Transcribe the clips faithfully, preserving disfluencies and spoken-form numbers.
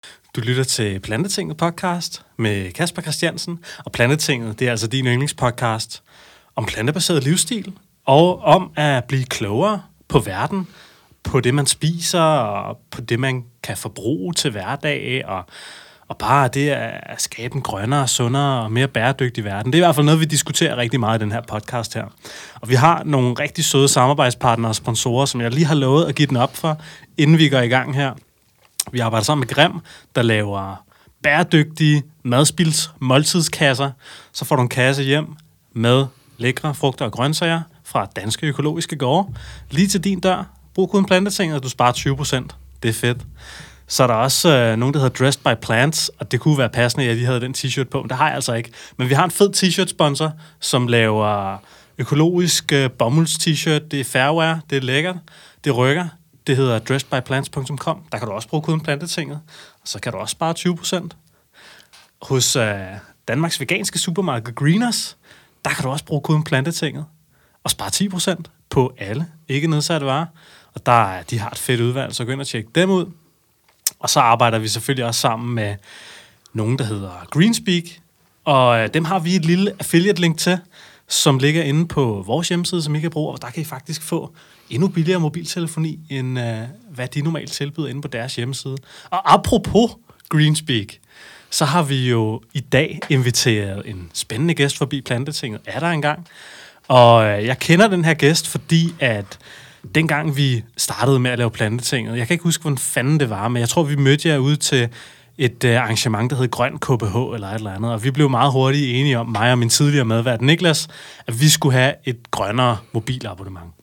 Du lytter til Plantetinget podcast med Kasper Christiansen, og Plantetinget, det er altså din yndlingspodcast om plantebaseret livsstil, og om at blive klogere på verden, på det man spiser, og på det man kan forbruge til hverdag, og, og bare det at skabe en grønnere, sundere og mere bæredygtig verden. Det er i hvert fald noget, vi diskuterer rigtig meget i den her podcast her. Og vi har nogle rigtig søde samarbejdspartnere og sponsorer, som jeg lige har lovet at give den op for, inden vi går i gang her. Vi arbejder sammen med Grim, der laver bæredygtige madspils måltidskasser. Så får du en kasse hjem med lækre frugter og grøntsager fra danske økologiske gårde. Lige til din dør. Brug koden Plantetinget, og du sparer tyve procent. Det er fedt. Så er der også øh, nogen, der hedder Dressed by Plants, og det kunne være passende, at de havde den t-shirt på, men det har jeg altså ikke. Men vi har en fed t-shirt-sponsor, som laver økologisk øh, bomulds-t-shirt. Det er fairwear, det er lækkert, det rykker. Det hedder dressed by plants punktum com. Der kan du også bruge koden Plantetinget, og så kan du også spare tyve procent. Hos øh, Danmarks veganske supermarked Greeners, der kan du også bruge koden Plantetinget og spare ti procent på alle ikke nedsatte varer. Og der, de har et fedt udvalg, så gå ind og tjek dem ud. Og så arbejder vi selvfølgelig også sammen med nogen, der hedder Greenspeak, og øh, dem har vi et lille affiliate-link til, som ligger inde på vores hjemmeside, som I kan bruge, og der kan I faktisk få endnu billigere mobiltelefoni, end øh, hvad de normalt tilbyder inde på deres hjemmeside. Og apropos Greenspeak, så har vi jo i dag inviteret en spændende gæst forbi Plantetinget. Er der engang? Og øh, jeg kender den her gæst, fordi at dengang vi startede med at lave Plantetinget, jeg kan ikke huske, hvordan fanden det var, men jeg tror, vi mødte jer ude til et øh, arrangement, der hed Grøn K B H eller et eller andet, og vi blev meget hurtigt enige om, mig og min tidligere medvært Niklas, at vi skulle have et grønnere mobilabonnement.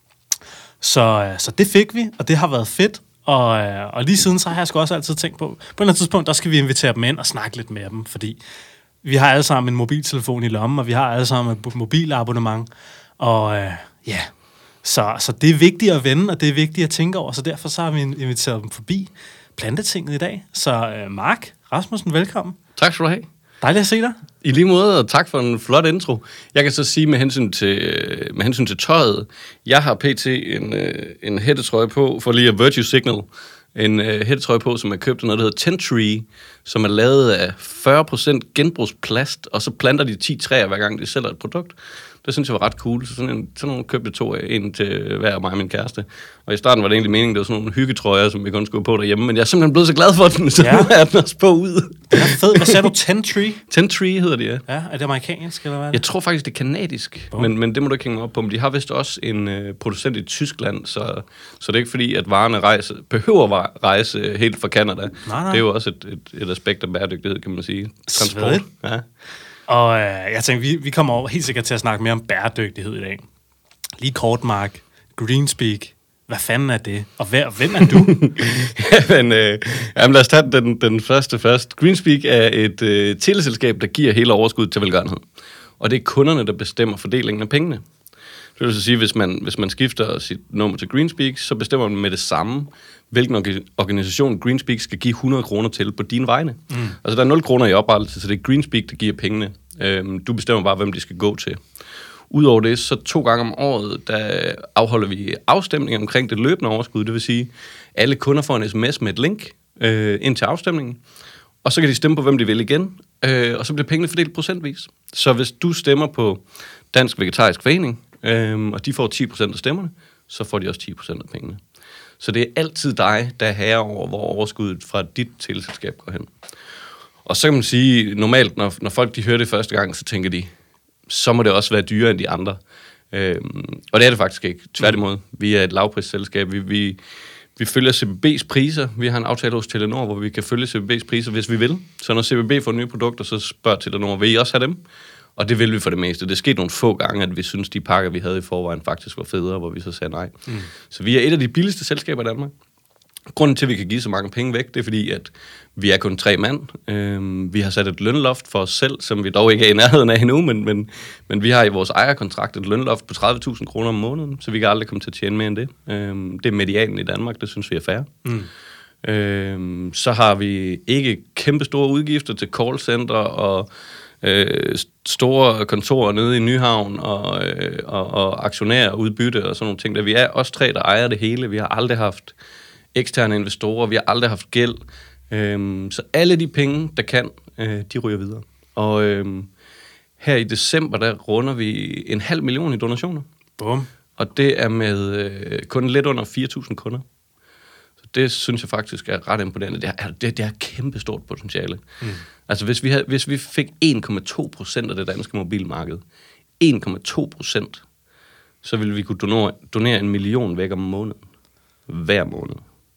Så, så det fik vi, og det har været fedt, og, og lige siden så har jeg sgu også altid tænkt på, på et eller andet tidspunkt, der skal vi invitere dem ind og snakke lidt med dem, fordi vi har alle sammen en mobiltelefon i lommen, og vi har alle sammen et mobilabonnement, og øh, ja, så, så det er vigtigt at vende, og det er vigtigt at tænke over, så derfor så har vi inviteret dem forbi Plantetinget i dag. Så øh, Mark Rasmussen, velkommen. Tak skal du have. Dejligt at se dig. I lige måde, og tak for en flot intro. Jeg kan så sige med hensyn til, med hensyn til tøjet, jeg har pt. en, en hættetrøje på, for lige at virtue signal, en uh, hættetrøje på, som er købt af noget, der hedder Tentree, som er lavet af fyrre procent genbrugsplast, og så planter de ti træer, hver gang de sælger et produkt. Det synes jeg var ret cool, så sådan, en, sådan nogle købte to af, en til hver af mig og min kæreste. Og i starten var det egentlig meningen, det var sådan nogle hyggetrøjer, som vi kun skulle på derhjemme, men jeg er simpelthen blevet så glad for den, så ja. Nu er den også på ud. Det er fedt. Hvad sagde du? Tentree? Tentree hedder det, ja. Ja, er det amerikansk, eller hvad? Jeg tror faktisk, det er kanadisk, men, men det må du ikke hænge mig op på. Men de har vist også en øh, producent i Tyskland, så, så det er ikke fordi, at varerne rejse, behøver rejse helt fra Canada. Nej, nej. Det er jo også et, et, et aspekt af bæredygtighed, kan man sige. Transport. Svedigt. Ja. Og øh, jeg tænkte, vi, vi kommer over helt sikkert til at snakke mere om bæredygtighed i dag. Lige kort, Mark. Greenspeak. Hvad fanden er det? Og hver, hvem er du? jamen, øh, jamen, lad os tage den, den første først. Greenspeak er et øh, teleselskab, der giver hele overskuddet til velgørenhed. Og det er kunderne, der bestemmer fordelingen af pengene. Det vil så sige, hvis man, hvis man skifter sit nummer til Greenspeak, så bestemmer man med det samme, hvilken organisation Greenspeak skal give hundrede kroner til på dine vegne. Mm. Altså, der er nul kroner i oprettelse, så det er Greenspeak, der giver pengene. Øhm, du bestemmer bare, hvem de skal gå til. Udover det, så to gange om året, der afholder vi afstemning omkring det løbende overskud. Det vil sige, alle kunder får en sms med et link øh, ind til afstemningen, og så kan de stemme på, hvem de vil igen, øh, og så bliver pengene fordelt procentvis. Så hvis du stemmer på Dansk Vegetarisk Forening, øh, og de får ti procent af stemmerne, så får de også ti procent af pengene. Så det er altid dig, der er herre over, hvor overskuddet fra dit teleselskab går hen. Og så kan man sige, normalt, når, når folk de hører det første gang, så tænker de, så må det også være dyrere end de andre. Øhm, og det er det faktisk ikke. Tværtimod, vi er et lavprisselskab. Vi, vi, vi følger C B B's priser. Vi har en aftale hos Telenor, hvor vi kan følge C B B's priser, hvis vi vil. Så når C B B får nye produkter, så spørger Telenor, vil I også have dem? Og det vil vi for det meste. Det skete nogle få gange, at vi synes, de pakker, vi havde i forvejen, faktisk var federe, hvor vi så sagde nej. Mm. Så vi er et af de billigste selskaber i Danmark. Grunden til, at vi kan give så mange penge væk, det er fordi, at vi er kun tre mand. Øhm, vi har sat et lønloft for os selv, som vi dog ikke er i nærheden af endnu, men, men, men vi har i vores ejerkontrakt et lønloft på tredive tusind kroner om måneden, så vi kan aldrig komme til at tjene mere end det. Øhm, det er medianen i Danmark, det synes vi er fair. Mm. Øhm, så har vi ikke kæmpe store udgifter til callcenter og øh, store kontorer nede i Nyhavn og, øh, og, og aktionærer og udbytte og sådan nogle ting. Der vi er os tre, der ejer det hele. Vi har aldrig haft eksterne investorer, vi har aldrig haft gæld. Øhm, så alle de penge, der kan, øh, de ryger videre. Og øhm, her i december, der runder vi en halv million i donationer. Bum. Og det er med øh, kun lidt under fire tusind kunder. Så det synes jeg faktisk er ret imponerende. Det er, det, det er kæmpestort potentiale. Mm. Altså hvis vi, havde, hvis vi fik en komma to procent af det danske mobilmarked, en komma to procent, så ville vi kunne donere, donere en million væk om måneden. Hver måned.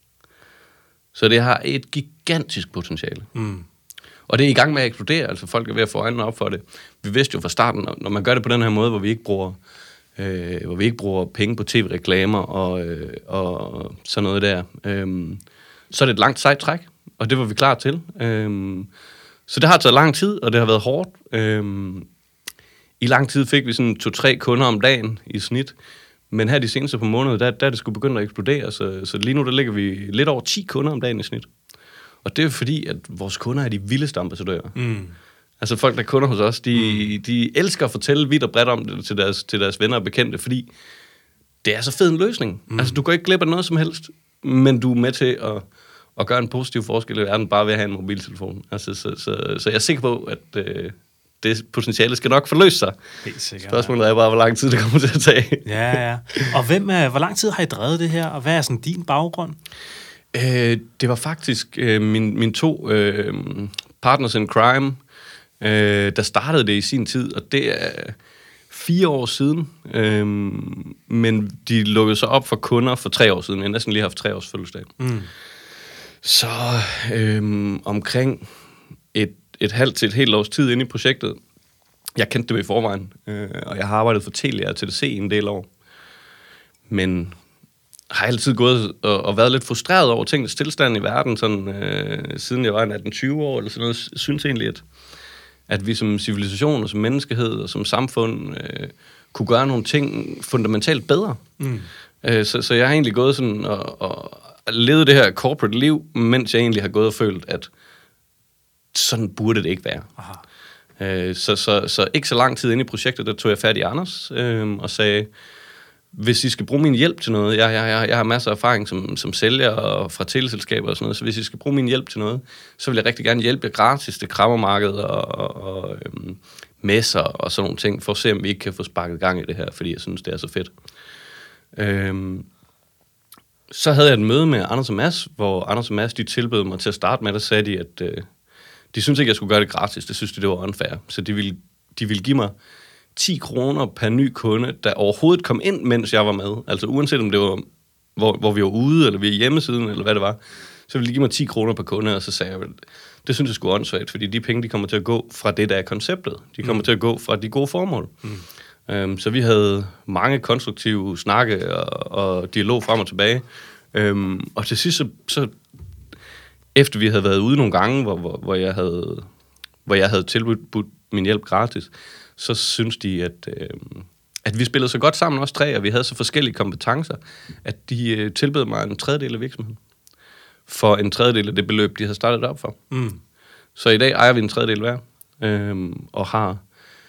Så det har et gigantisk potentiale. Mm. Og det er i gang med at eksplodere, altså folk er ved at få øjnene op for det. Vi vidste jo fra starten, når man gør det på den her måde, hvor vi ikke bruger, øh, hvor vi ikke bruger penge på tv-reklamer og, øh, og sådan noget der, øh, så er det et langt sejt træk, og det var vi klar til. Øh, så det har taget lang tid, og det har været hårdt. Øh, I lang tid fik vi sådan to-tre kunder om dagen i snit, men her de seneste på måneder, der, der er det sgu begyndt at eksplodere, så, så lige nu der ligger vi lidt over ti kunder om dagen i snit. Og det er fordi, at vores kunder er de vildeste ambassadører. Mm. Altså folk, der er kunder hos os, de, mm. de elsker at fortælle vidt og bredt om det til deres, til deres venner og bekendte, fordi det er så fed en løsning. Mm. Altså du går ikke glip af noget som helst, men du er med til at, at gøre en positiv forskel i verden, bare ved at have en mobiltelefon. Altså, så, så, så jeg er sikker på, at øh, det potentiale skal nok forløse sig. Helt sikkert. Spørgsmålet er bare, hvor lang tid det kommer til at tage. Ja, ja. Og hvem er, hvor lang tid har I drevet det her, og hvad er sådan din baggrund? Øh, det var faktisk øh, min, min to øh, partners in crime, øh, der startede det i sin tid, og det er fire år siden, øh, men de lukkede sig op for kunder for tre år siden. Jeg har næsten lige haft tre års fødselsdag. Mm. Så øh, omkring et, et halvt til et helt års tid inde i projektet, jeg kendte dem i forvejen, øh, og jeg har arbejdet for Telia og T D C en del år, men har altid gået og, og været lidt frustreret over tingens tilstand i verden, sådan, øh, siden jeg var atten tyve år, eller sådan noget. Jeg synes egentlig, at, at vi som civilisation og som menneskehed og som samfund øh, kunne gøre nogle ting fundamentalt bedre. Mm. Øh, så, så jeg har egentlig gået sådan og, og levet det her corporate liv, mens jeg egentlig har gået og følt, at sådan burde det ikke være. Øh, så, så, så ikke så lang tid inde i projektet, der tog jeg fat i Anders øh, og sagde, hvis I skal bruge min hjælp til noget, jeg, jeg, jeg, jeg har masser af erfaring som, som sælger og fra teleselskaber og sådan noget, så hvis I skal bruge min hjælp til noget, så vil jeg rigtig gerne hjælpe jer gratis til krammermarkedet og, og, og øhm, messer og sådan nogle ting, for at se, om vi ikke kan få sparket gang i det her, fordi jeg synes, det er så fedt. Øhm, så havde jeg et møde med Anders og Mads, hvor Anders og Mads, de tilbød mig til at starte med, der sagde de, at øh, de synes ikke, jeg skulle gøre det gratis, det synes de, det var unfair, så de ville, de ville give mig ti kroner per ny kunde, der overhovedet kom ind, mens jeg var med. Altså uanset om det var, hvor, hvor vi var ude, eller vi er hjemmesiden, eller hvad det var, så ville de give mig ti kroner per kunde, og så sagde jeg, det synes jeg skulle åndssvagt, fordi de penge, de kommer til at gå fra det, der er konceptet. De kommer mm. til at gå fra de gode formål. Mm. Um, så vi havde mange konstruktive snakke og, og dialog frem og tilbage. Um, og til sidst, så, så efter vi havde været ude nogle gange, hvor, hvor, hvor, jeg, havde, hvor jeg havde tilbudt min hjælp gratis, så synes de, at, øh, at vi spillede så godt sammen, os tre, og vi havde så forskellige kompetencer, at de øh, tilbød mig en tredjedel af virksomheden. For en tredjedel af det beløb, de havde startet op for. Mm. Så i dag ejer vi en tredjedel hver, øh, og har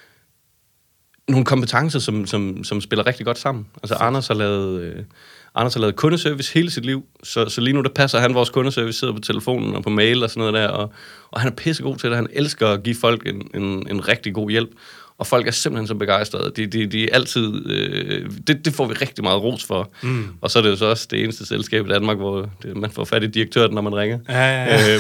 nogle kompetencer, som, som, som spiller rigtig godt sammen. Altså Anders har lavet... Øh, Anders har lavet kundeservice hele sit liv, så, så lige nu der passer han vores kundeservice, sidder på telefonen og på mail og sådan noget der, og, og han er pissegod til det. Han elsker at give folk en, en, en rigtig god hjælp, og folk er simpelthen så begejstrede. De, de, de er altid, øh, det, det får vi rigtig meget ros for. Mm. Og så er det jo så også det eneste selskab i Danmark, hvor det, man får fat i direktøren, når man ringer. Ja, ja, ja.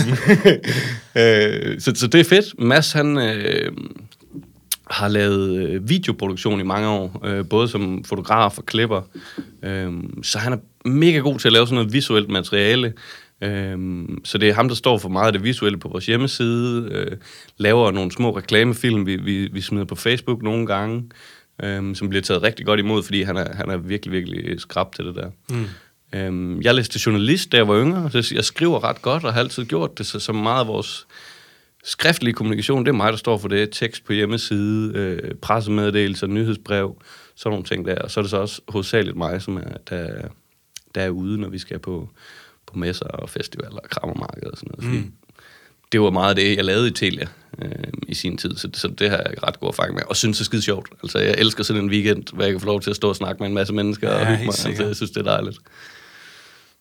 øh, så, så det er fedt. Mads, han... Øh, har lavet videoproduktion i mange år, øh, både som fotograf og klipper. Øh, så han er mega god til at lave sådan noget visuelt materiale. Øh, så det er ham, der står for meget af det visuelle på vores hjemmeside, øh, laver nogle små reklamefilm, vi, vi, vi smider på Facebook nogle gange, øh, som bliver taget rigtig godt imod, fordi han er, han er virkelig, virkelig skrap til det der. Mm. Øh, jeg læste journalist, da jeg var yngre, så jeg skriver ret godt, og har altid gjort det, så, så meget af vores skriftlig kommunikation, det er mig, der står for det. Tekst på hjemmeside, øh, pressemeddelelser, nyhedsbrev, sådan nogle ting der. Og så er det så også hovedsageligt mig, som er, der, der er ude, når vi skal på, på messer og festivaler og krammermarkeder og sådan noget. Fordi mm. det var meget af det, jeg lavede i Telia øh, i sin tid, så, så det har jeg ret god erfaring med. Og synes det er skide sjovt. Altså, jeg elsker sådan en weekend, hvor jeg kan få lov til at stå og snakke med en masse mennesker ja, og hygge mig. Altså, jeg synes, det er dejligt.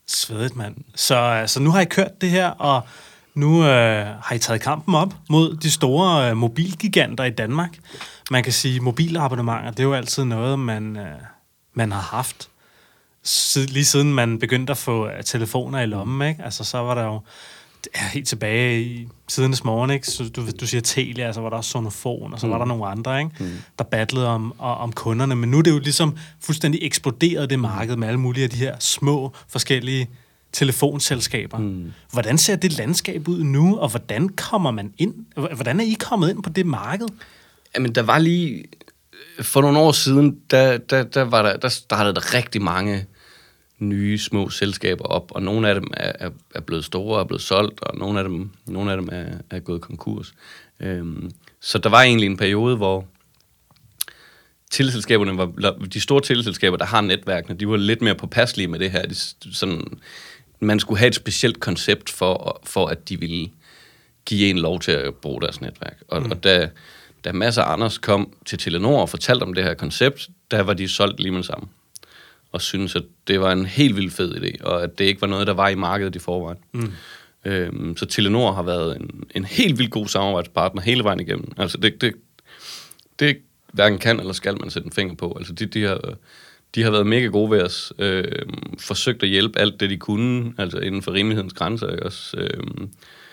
Svedigt, mand. Så altså, nu har I kørt det her, og nu øh, har I taget kampen op mod de store øh, mobilgiganter i Danmark. Man kan sige, mobilabonnementer, det er jo altid noget, man, øh, man har haft. Sid, lige siden man begyndte at få øh, telefoner i lommen, ikke? Altså, så var der jo ja, helt tilbage i sidernes morgen, ikke? Så du, du siger Telia, så var der også Sonofon, og så mm. var der nogle andre, ikke? Mm. Der battlede om, om kunderne. Men nu er det jo ligesom fuldstændig eksploderet, det marked, med alle mulige af de her små, forskellige telefonselskaber. Mm. Hvordan ser det landskab ud nu, og hvordan kommer man ind? Hvordan er I kommet ind på det marked? Jamen, der var lige... For nogle år siden, der, der, der, var der, der startede der rigtig mange nye små selskaber op, og nogle af dem er, er, er blevet store og er blevet solgt, og nogle af dem, nogle af dem er, er gået konkurs. Øhm, så der var egentlig en periode, hvor teleselskaberne var, de store teleselskaber, der har netværkene, de var lidt mere påpasselige med det her. De, sådan, man skulle have et specielt koncept for, for, at de ville give en lov til at bruge deres netværk. Og, mm. og da, da masser af Anders kom til Telenor og fortalte om det her koncept, der var de solgt lige med det samme. Og synes at det var en helt vildt fed idé, og at det ikke var noget, der var i markedet i forvejen. Mm. Øhm, så Telenor har været en, en helt vildt god samarbejdspartner hele vejen igennem. Altså det, det, det hverken kan eller skal man sætte en finger på. Altså de, de, har, de har været mega gode ved os, øhm, forsøgt at hjælpe alt det, de kunne, altså inden for rimelighedens grænser. Ikke også? Øhm,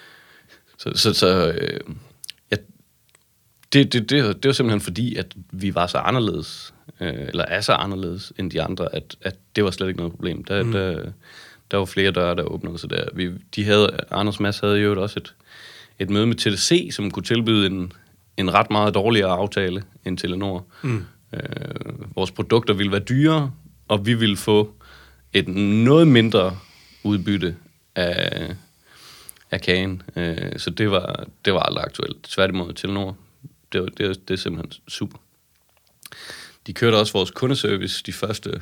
så så, så øh, ja, det, det, det, det var simpelthen fordi, at vi var så anderledes, øh, eller er så anderledes end de andre, at, at det var slet ikke noget problem. Der, mm. der, der var flere døre, der åbnede sig der. Vi, de havde, Anders Mads havde jo også et, et møde med T D C, som kunne tilbyde en, en ret meget dårligere aftale end Telenor. Mm. Øh, vores produkter ville være dyrere, og vi ville få et noget mindre udbytte af, af kagen. Øh, så det var, det var aldrig aktuelt. Tværtimod Telenor. Det, var, det, det er simpelthen super. De kørte også vores kundeservice de første...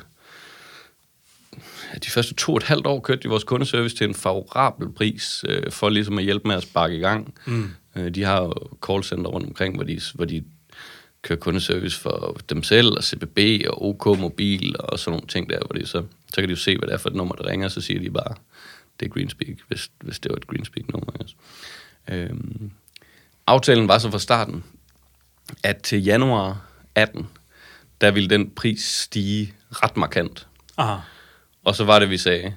De første to og et halvt år kørte de vores kundeservice til en favorabel pris, øh, for ligesom at hjælpe med at sparke i gang. Mm. Øh, de har jo callcenter rundt omkring, hvor de, hvor de kører kundeservice for dem selv, og C B B og OK Mobil og sådan nogle ting der, hvor de så, så kan de jo se, hvad det er for et nummer, der ringer, så siger de bare, det er Greenspeak, hvis, hvis det var et Greenspeak-nummer. Altså. Øhm, aftalen var så fra starten, at til januar atten, der ville den pris stige ret markant. Aha. Og så var det, vi sagde,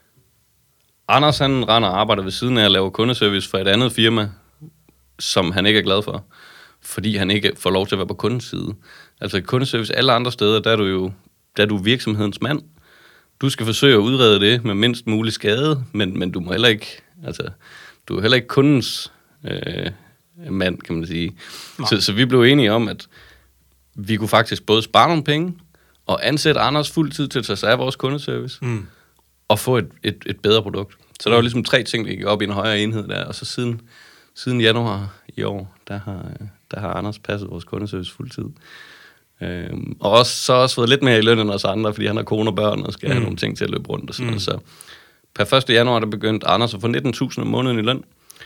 Anders han render og arbejder ved siden af at lave kundeservice for et andet firma, som han ikke er glad for, fordi han ikke får lov til at være på kundens side. Altså kundeservice alle andre steder, der er du jo der er du virksomhedens mand. Du skal forsøge at udrede det med mindst mulig skade, men, men du må heller ikke, altså, du er heller ikke kundens øh, mand, kan man sige. Så, så vi blev enige om, at vi kunne faktisk både spare nogle penge, og ansætte Anders fuld tid til at tage sig af vores kundeservice, mm. og få et, et, et bedre produkt. Så der var ligesom tre ting, der gik op i en højere enhed der, og så siden, siden januar i år, der har, der har Anders passet vores kundeservice fuld tid. Øhm, og også, så også fået lidt mere i løn end os andre, fordi han har kone og børn, og skal mm. have nogle ting til at løbe rundt og sådan mm. noget. Så per første januar, der begyndte Anders at få nitten tusind om måneden i løn.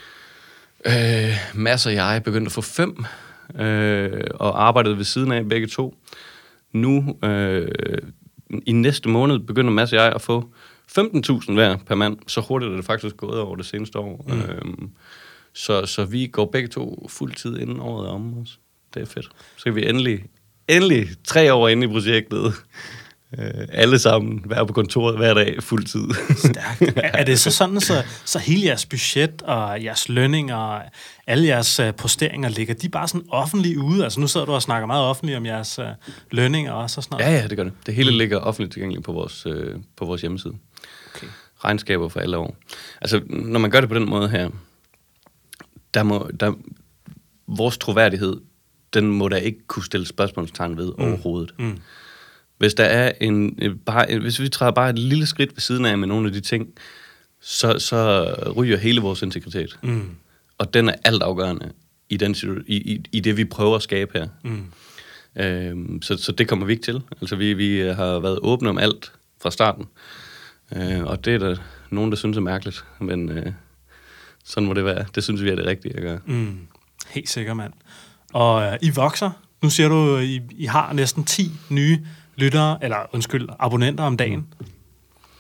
Øh, Mads og jeg begyndte at få fem, øh, og arbejdede ved siden af begge to. Nu, øh, i næste måned, begynder Mads og jeg at få femten tusind hver per mand. Så hurtigt er det faktisk gået over det seneste år. Mm. Øhm, så, så vi går begge to fuld tid inden året om os. Det er fedt. Så kan vi endelig, endelig tre år inde i projektet, øh, alle sammen være på kontoret hver dag fuld tid. Stærkt. Er det så sådan, så, så hele jeres budget og jeres lønning og alle jeres uh, posteringer ligger de bare sådan offentligt ude? Altså nu sidder du og snakker meget offentligt om jeres uh, lønninger også og sådan noget. Ja, ja, det gør det. Det hele ligger offentligt tilgængeligt på vores, øh, på vores hjemmeside. Okay. Regnskaber for alle år. Altså, når man gør det på den måde her, der må, der, vores troværdighed, den må der ikke kunne stille spørgsmålstegn ved mm. overhovedet. Mm. Hvis der er en, bare, hvis vi træder bare et lille skridt ved siden af med nogle af de ting, så, så ryger hele vores integritet. Mm. Og den er altafgørende i, den, i, i, i det, vi prøver at skabe her. Mm. Øhm, så, så det kommer vi ikke til. Altså, vi, vi har været åbne om alt fra starten. Øh, og det er der nogen, der synes er mærkeligt. Men øh, sådan må det være. Det synes vi er det rigtige at gøre. Mm. Helt sikkert, mand. Og øh, I vokser. Nu siger du, I, I har næsten ti nye lyttere, eller undskyld, abonnenter om dagen.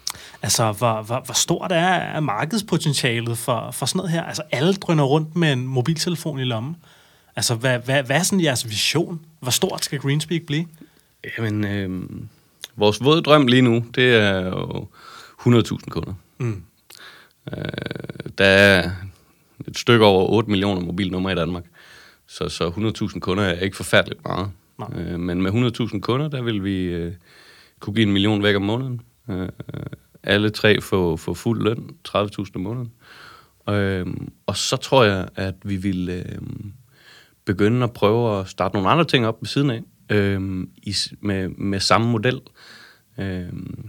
Altså, hvor, hvor, hvor stort er, er markedspotentialet for, for sådan noget her? Altså, alle drøner rundt med en mobiltelefon i lommen. Altså, hvad, hvad, hvad er sådan jeres vision? Hvor stort skal GreenSpeak blive? Jamen, øh, vores våde drøm lige nu, det er jo hundrede tusind kunder. Mm. Øh, der er et stykke over otte millioner mobilnumre i Danmark. Så, så hundrede tusind kunder er ikke forfærdeligt meget. Øh, men med hundrede tusind kunder, der vil vi øh, kunne give en million væk om måneden. Øh, alle tre får, får fuld løn, tredive tusind om måneden. Øh, og så tror jeg, at vi vil øh, begynde at prøve at starte nogle andre ting op ved siden af, øh, i, med, med samme model. Øh,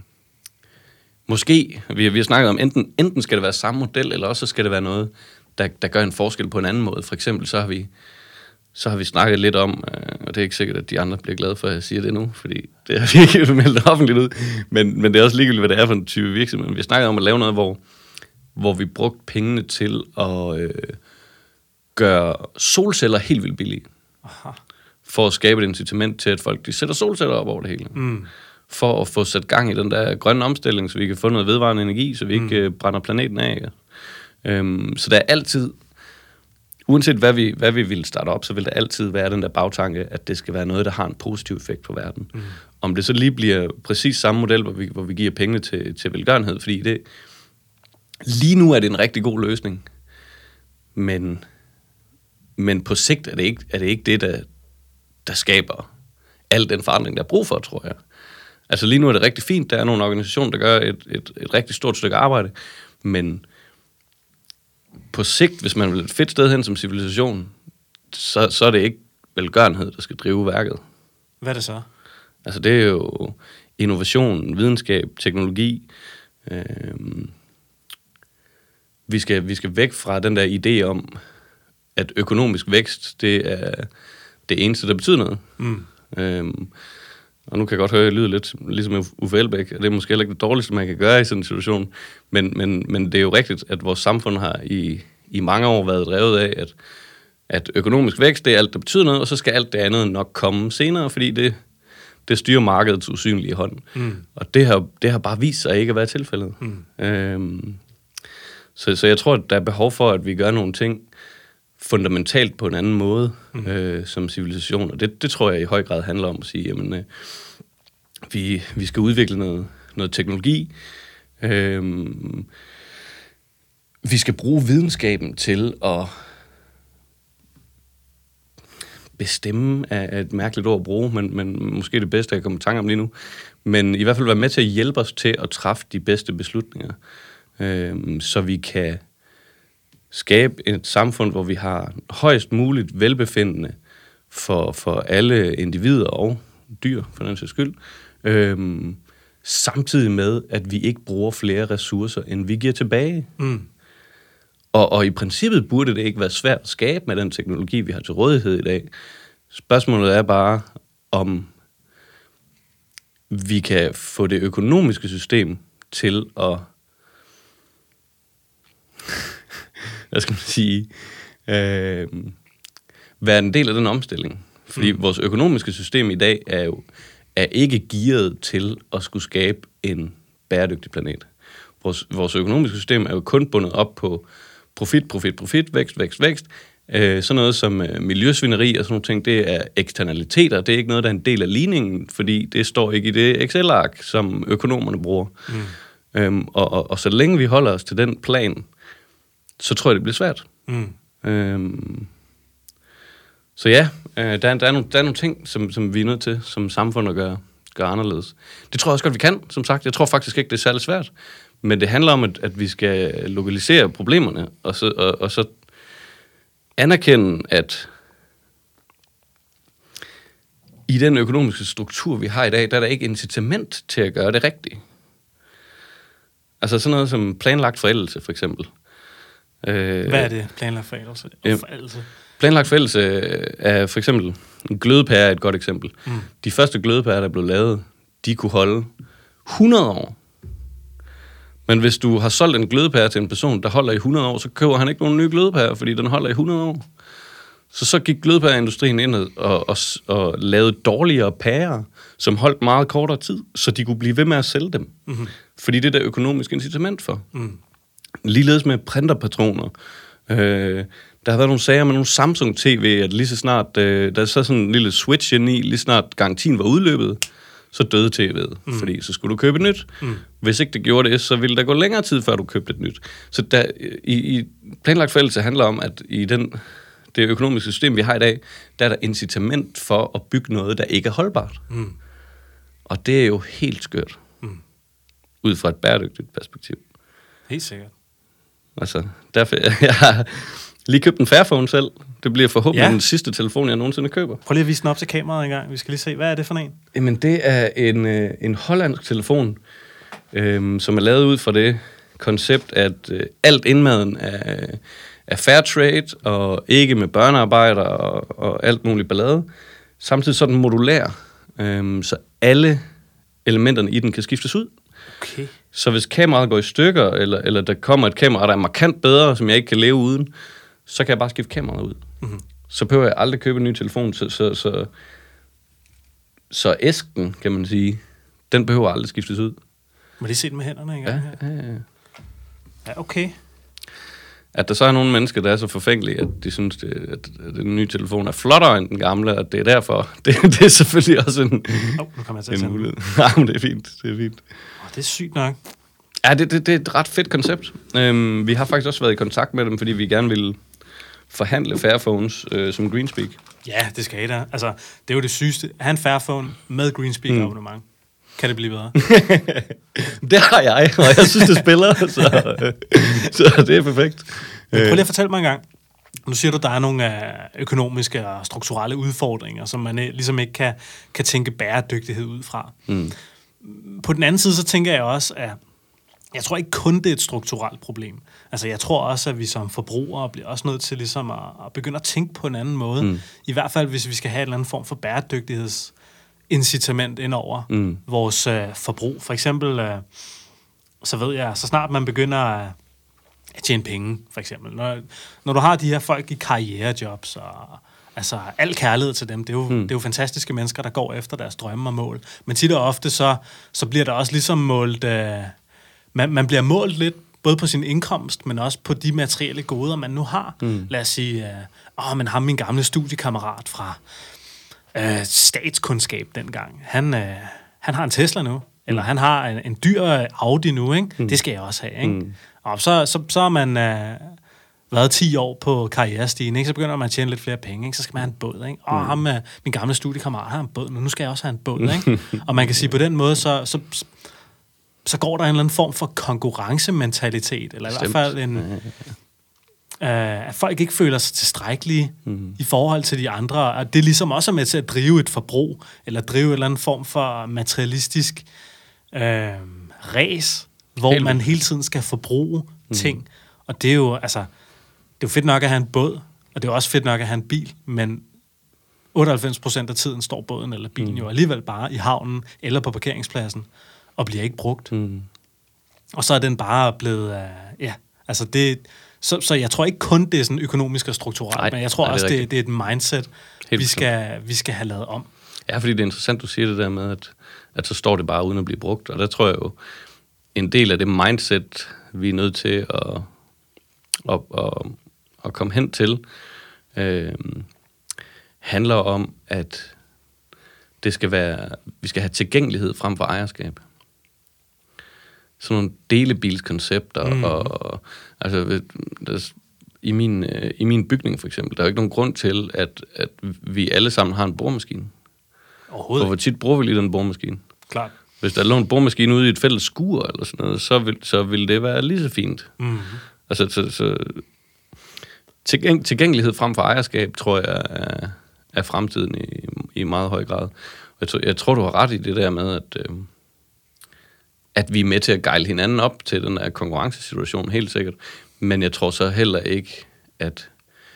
måske, vi, vi har snakket om, enten, enten skal det være samme model, eller også skal det være noget, der, der gør en forskel på en anden måde. For eksempel så har vi Så har vi snakket lidt om, og det er ikke sikkert, at de andre bliver glade for, at jeg siger det nu, fordi det har vi ikke meldt offentligt ud, men, men det er også ligegyldigt, hvad det er for en type virksomhed. Vi har snakket om at lave noget, hvor, hvor vi brugte pengene til at øh, gøre solceller helt vildt billige. Aha. For at skabe et incitament til, at folk de sætter solceller op over det hele. Mm. For at få sat gang i den der grønne omstilling, så vi kan få noget vedvarende energi, så vi ikke mm. øh, brænder planeten af. Øhm, så der er altid... Uanset hvad vi, hvad vi vil starte op, så vil der altid være den der bagtanke, at det skal være noget, der har en positiv effekt på verden. Mm. Om det så lige bliver præcis samme model, hvor vi, hvor vi giver pengene til, til velgørenhed, fordi det, lige nu er det en rigtig god løsning, men, men på sigt er det ikke, er det, ikke det, der, der skaber al den forandring, der er brug for, tror jeg. Altså lige nu er det rigtig fint, der er nogle organisationer, der gør et, et, et rigtig stort stykke arbejde, men på sigt, hvis man vil et fedt sted hen som civilisation, så, så er det ikke velgørenhed, der skal drive værket. Hvad er det så? Altså det er jo innovation, videnskab, teknologi. Øhm, vi, skal, vi skal væk fra den der idé om, at økonomisk vækst, det er det eneste, der betyder noget. Mm. Øhm, og nu kan jeg godt høre, at jeg lyder lidt ligesom Uffe Elbæk, og det er måske heller ikke det dårligste, man kan gøre i sådan en situation. Men, men, men det er jo rigtigt, at vores samfund har i, i mange år været drevet af, at, at økonomisk vækst, det er alt, der betyder noget, og så skal alt det andet nok komme senere, fordi det, det styrer markedets usynlige hånd. Mm. Og det har, det har bare vist sig ikke at være tilfældet. Mm. Øhm, så, så jeg tror, at der er behov for, at vi gør nogle ting fundamentalt på en anden måde, mm. øh, som civilisation. Og det, det tror jeg i høj grad handler om at sige, jamen, øh, vi, vi skal udvikle noget, noget teknologi. Øh, vi skal bruge videnskaben til at bestemme, er et mærkeligt ord at bruge, men, men måske det bedste, jeg kommer i tanke om lige nu. Men i hvert fald være med til at hjælpe os til at træffe de bedste beslutninger, øh, så vi kan skabe et samfund, hvor vi har højst muligt velbefindende for, for alle individer og dyr, for den sags skyld, øhm, samtidig med, at vi ikke bruger flere ressourcer, end vi giver tilbage. Mm. Og, og i princippet burde det ikke være svært at skabe med den teknologi, vi har til rådighed i dag. Spørgsmålet er bare, om vi kan få det økonomiske system til at hvad skal man sige, øh, være en del af den omstilling. Fordi mm. vores økonomiske system i dag er jo er ikke gearet til at skulle skabe en bæredygtig planet. Vores, vores økonomiske system er jo kun bundet op på profit, profit, profit, vækst, vækst, vækst. Øh, sådan noget som øh, miljøsvineri og sådan nogle ting, det er eksternaliteter. Det er ikke noget, der er en del af ligningen, fordi det står ikke i det Excel-ark, som økonomerne bruger. Mm. Øhm, og, og, og så længe vi holder os til den plan, så tror jeg, det bliver svært. Mm. Øhm, så ja, øh, der, der, er nogle, der er nogle ting, som, som vi er nødt til som samfund at gøre, gøre anderledes. Det tror jeg også godt, vi kan, som sagt. Jeg tror faktisk ikke, det er særlig svært. Men det handler om, at, at vi skal lokalisere problemerne, og så, og, og så anerkende, at i den økonomiske struktur, vi har i dag, der er der ikke incitament til at gøre det rigtigt. Altså sådan noget som planlagt forældelse, for eksempel. Hvad er det, planlagt forældelse? Øh, forældelse? Planlagt forældelse er for eksempel, en glødepære er et godt eksempel. Mm. De første glødepærer, der blev lavet, de kunne holde hundrede år. Men hvis du har solgt en glødepære til en person, der holder i hundrede år, så køber han ikke nogen nye glødepærer, fordi den holder i hundrede år. Så så gik glødepæreindustrien ind og, og, og lavede dårligere pærer, som holdt meget kortere tid, så de kunne blive ved med at sælge dem. Mm-hmm. Fordi det er der økonomisk incitament for. Mm. Ligeledes med printerpatroner. Øh, der har været nogle sager med nogle Samsung T V, at lige så snart, øh, der er så sådan en lille switch ind i, lige snart garantien var udløbet, så døde T V'et, mm. fordi så skulle du købe et nyt. Mm. Hvis ikke det gjorde det, så ville der gå længere tid, før du købte et nyt. Så der, i, i planlagt forældelse handler om, at i den, det økonomiske system, vi har i dag, der er der incitament for at bygge noget, der ikke er holdbart. Mm. Og det er jo helt skørt, mm. ud fra et bæredygtigt perspektiv. Helt sikkert. Altså, derfor, jeg har lige købt en Fairphone selv. Det bliver forhåbentlig ja. den sidste telefon, jeg nogensinde køber. Prøv lige at vise den op til kameraet en gang. Vi skal lige se, hvad er det for en? Jamen, det er en, øh, en hollandsk telefon, øh, som er lavet ud fra det koncept, at øh, alt indmaden er, er fair trade, og ikke med børnearbejder og, og alt muligt ballade. Samtidig så er den modulær, øh, så alle elementerne i den kan skiftes ud. Okay. Så hvis kameraet går i stykker, eller, eller der kommer et kamera, der er markant bedre, som jeg ikke kan leve uden, så kan jeg bare skifte kameraet ud. Mm-hmm. Så behøver jeg aldrig købe en ny telefon, så, så, så, så æsken, kan man sige, den behøver aldrig skiftes ud. Må lige se den med hænderne en gang ja, her? Ja, ja. Ja, okay. At der så er nogle mennesker, der er så forfængelige, at de synes, det, at den nye telefon er flottere end den gamle, og det er derfor. Det, det er selvfølgelig også en, oh, nu kommer jeg til en mulighed. Nej, men det er fint. Det er fint. Oh, det er sygt nok. Ja, det, det, det er et ret fedt koncept. Øhm, vi har faktisk også været i kontakt med dem, fordi vi gerne ville forhandle Fairphones øh, som Greenspeak. Ja, det skal I da. Altså, det er jo det sygeste. Have en Fairphone med Greenspeak mm. abonnement. Kan det blive bedre? Det har jeg, og jeg synes, det spiller, så, øh, så det er perfekt. Men prøv lige at fortælle mig en gang. Nu siger du, der er nogle øh, økonomiske og strukturelle udfordringer, som man øh, ligesom ikke kan, kan tænke bæredygtighed ud fra. Mm. På den anden side, så tænker jeg også, at jeg tror ikke kun, det er et strukturelt problem. Altså, jeg tror også, at vi som forbrugere bliver også nødt til ligesom at, at begynde at tænke på en anden måde. Mm. I hvert fald, hvis vi skal have en eller anden form for bæredygtighedsincitament ind over mm. vores øh, forbrug. For eksempel, øh, så ved jeg, så snart man begynder at, at tjene penge, for eksempel. Når, når du har de her folk i karrierejobs, og altså al kærlighed til dem, det er, jo, mm. det er jo fantastiske mennesker, der går efter deres drømme og mål. Men tit og ofte, så, så bliver der også ligesom målt... Øh, Man, man bliver målt lidt, både på sin indkomst, men også på de materielle goder, man nu har. Mm. Lad os sige, øh, åh, men ham, min gamle studiekammerat fra øh, statskundskab dengang, han, øh, han har en Tesla nu, mm. eller han har en, en dyr Audi nu, ikke? Mm. Det skal jeg også have, ikke? Mm. Og så, så, så har man øh, været ti år på karrierestigen, ikke? Så begynder man at tjene lidt flere penge, ikke? Så skal man have en båd, ikke? Åh, mm. ham, øh, min gamle studiekammerat har en båd, men nu skal jeg også have en båd, ikke? Og man kan sige, på den måde, så... så så går der en eller anden form for konkurrencementalitet, eller Stemt. i hvert fald en, øh, at folk ikke føler sig tilstrækkelige mm. i forhold til de andre, og det er ligesom også med til at drive et forbrug, eller drive en eller anden form for materialistisk øh, ræs, hvor Helt. man hele tiden skal forbruge mm. ting, og det er jo, altså, det er jo fedt nok at have en båd, og det er også fedt nok at have en bil, men otteoghalvfems procent af tiden står båden eller bilen mm. jo alligevel bare i havnen, eller på parkeringspladsen, og bliver ikke brugt. Mm. Og så er den bare blevet... Uh, ja, altså det... Så, så jeg tror ikke kun, det er sådan økonomisk og strukturelt, nej, men jeg tror nej, også, det er, det, det er et mindset, vi skal, vi skal have lavet om. Ja, fordi det er interessant, du siger det der med, at, at så står det bare uden at blive brugt. Og der tror jeg jo, en del af det mindset, vi er nødt til at, at, at, at komme hen til, øh, handler om, at det skal være, vi skal have tilgængelighed frem for ejerskab. Sådan nogle delebilskoncepter, mm. og altså, der, i, min, i min bygning for eksempel, der er jo ikke nogen grund til, at, at vi alle sammen har en boremaskine. Overhovedet. Og hvor tit bruger vi lige den boremaskine? Klart. Hvis der lå en boremaskine ude i et fælles skur, eller sådan noget, så vil, så vil det være lige så fint. Mm. Altså, så, så tilgæng, tilgængelighed frem for ejerskab, tror jeg, er, er fremtiden i, i meget høj grad. Jeg tror, jeg tror, du har ret i det der med, at, øh, at vi er med til at gejle hinanden op til den der konkurrencesituation, helt sikkert. Men jeg tror så heller ikke, at,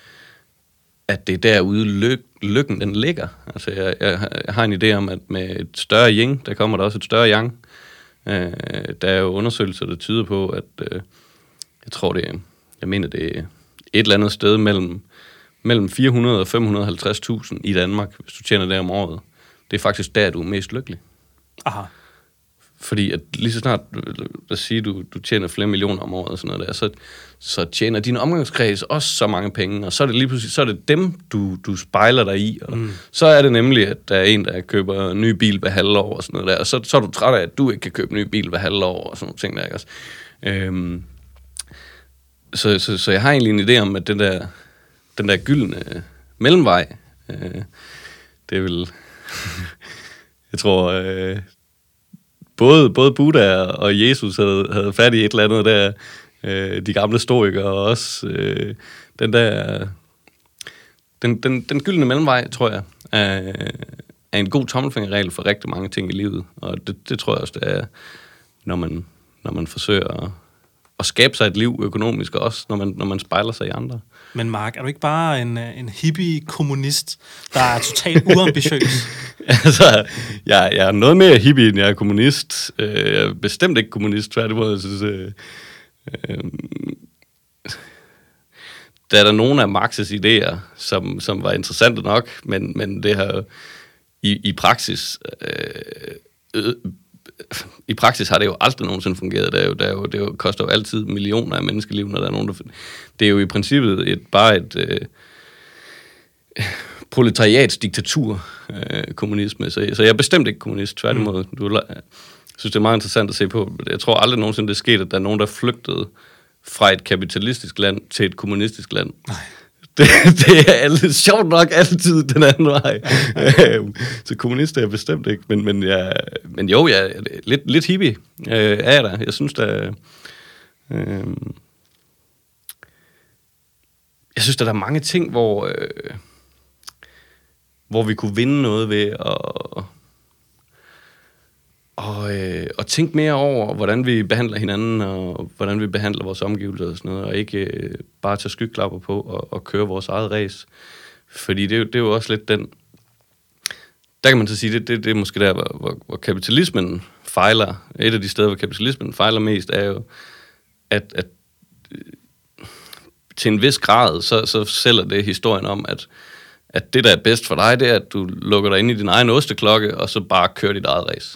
at det er derude lyk, lykken den ligger. Altså, jeg, jeg, jeg har en idé om, at med et større yin, der kommer der også et større yang. Øh, der er jo undersøgelser, der tyder på, at øh, jeg tror det, jeg mener det er et eller andet sted mellem, mellem fire hundrede og fem hundrede og halvtreds tusind i Danmark, hvis du tjener det om året. Det er faktisk der, du er mest lykkelig. Aha. Fordi at lige så snart, lad os sige, du, du tjener flere millioner om året, og sådan noget der, så, så tjener din omgangskreds også så mange penge, og så er det lige pludselig, så er det dem, du, du spejler dig i, og mm. så er det nemlig, at der er en, der køber en ny bil hver halvår, og sådan noget der, og så, så er du træt af, at du ikke kan købe en ny bil hver halvår, og sådan nogle ting der, ikke også? Øhm, så, så, så jeg har egentlig en idé om, at den der, den der gyldne mellemvej, øh, det er vel, jeg tror, øh, Både, både Buddha og Jesus havde, havde fat i et eller andet der, øh, de gamle stoikere, og også øh, den der, den, den, den gyldne mellemvej, tror jeg, er, er en god tommelfingerregel for rigtig mange ting i livet, og det, det tror jeg også, det er, når man, når man forsøger at, at skabe sig et liv økonomisk, og også når man, når man spejler sig i andre. Men Mark, er du ikke bare en, en hippie-kommunist, der er totalt uambitiøs? altså, jeg, jeg er noget mere hippie, end jeg er kommunist. Jeg er bestemt ikke kommunist, tværtimod. Jeg synes, øh, øh, der er der nogle af Marx's idéer, som, som var interessante nok, men, men det har i, i praksis... Øh, øh, I praksis har det jo aldrig nogensinde fungeret. Det, er jo, det, er jo, det er jo, koster jo altid millioner af menneskeliv, når der er nogen, der... Det er jo i princippet et, bare et øh, proletariatsdiktatur, øh, kommunisme. Så, så jeg er bestemt ikke kommunist, tværtimod. Mm. Du, jeg synes, det er meget interessant at se på. Jeg tror aldrig nogensinde, det er sket, at der er nogen, der flygtede fra et kapitalistisk land til et kommunistisk land. Nej. Det, det er altid, sjovt nok altid den anden vej. Så kommunist er jeg bestemt ikke. Men, men, jeg, men jo, jeg er lidt, lidt hippie øh, er jeg der. Jeg synes, der, øh, jeg synes, der er mange ting, hvor, øh, hvor vi kunne vinde noget ved at, og, øh, og tænke mere over, hvordan vi behandler hinanden, og hvordan vi behandler vores omgivelser og sådan noget, og ikke øh, bare tage skyklapper på og, og køre vores eget race. Fordi det er, jo, det er jo også lidt den... Der kan man så sige, det, det, det er måske der, hvor, hvor, hvor kapitalismen fejler. Et af de steder, hvor kapitalismen fejler mest, er jo, at, at til en vis grad, så, så sælger det historien om, at, at det, der er bedst for dig, det er, at du lukker dig ind i din egen osteklokke, og så bare kører dit eget race.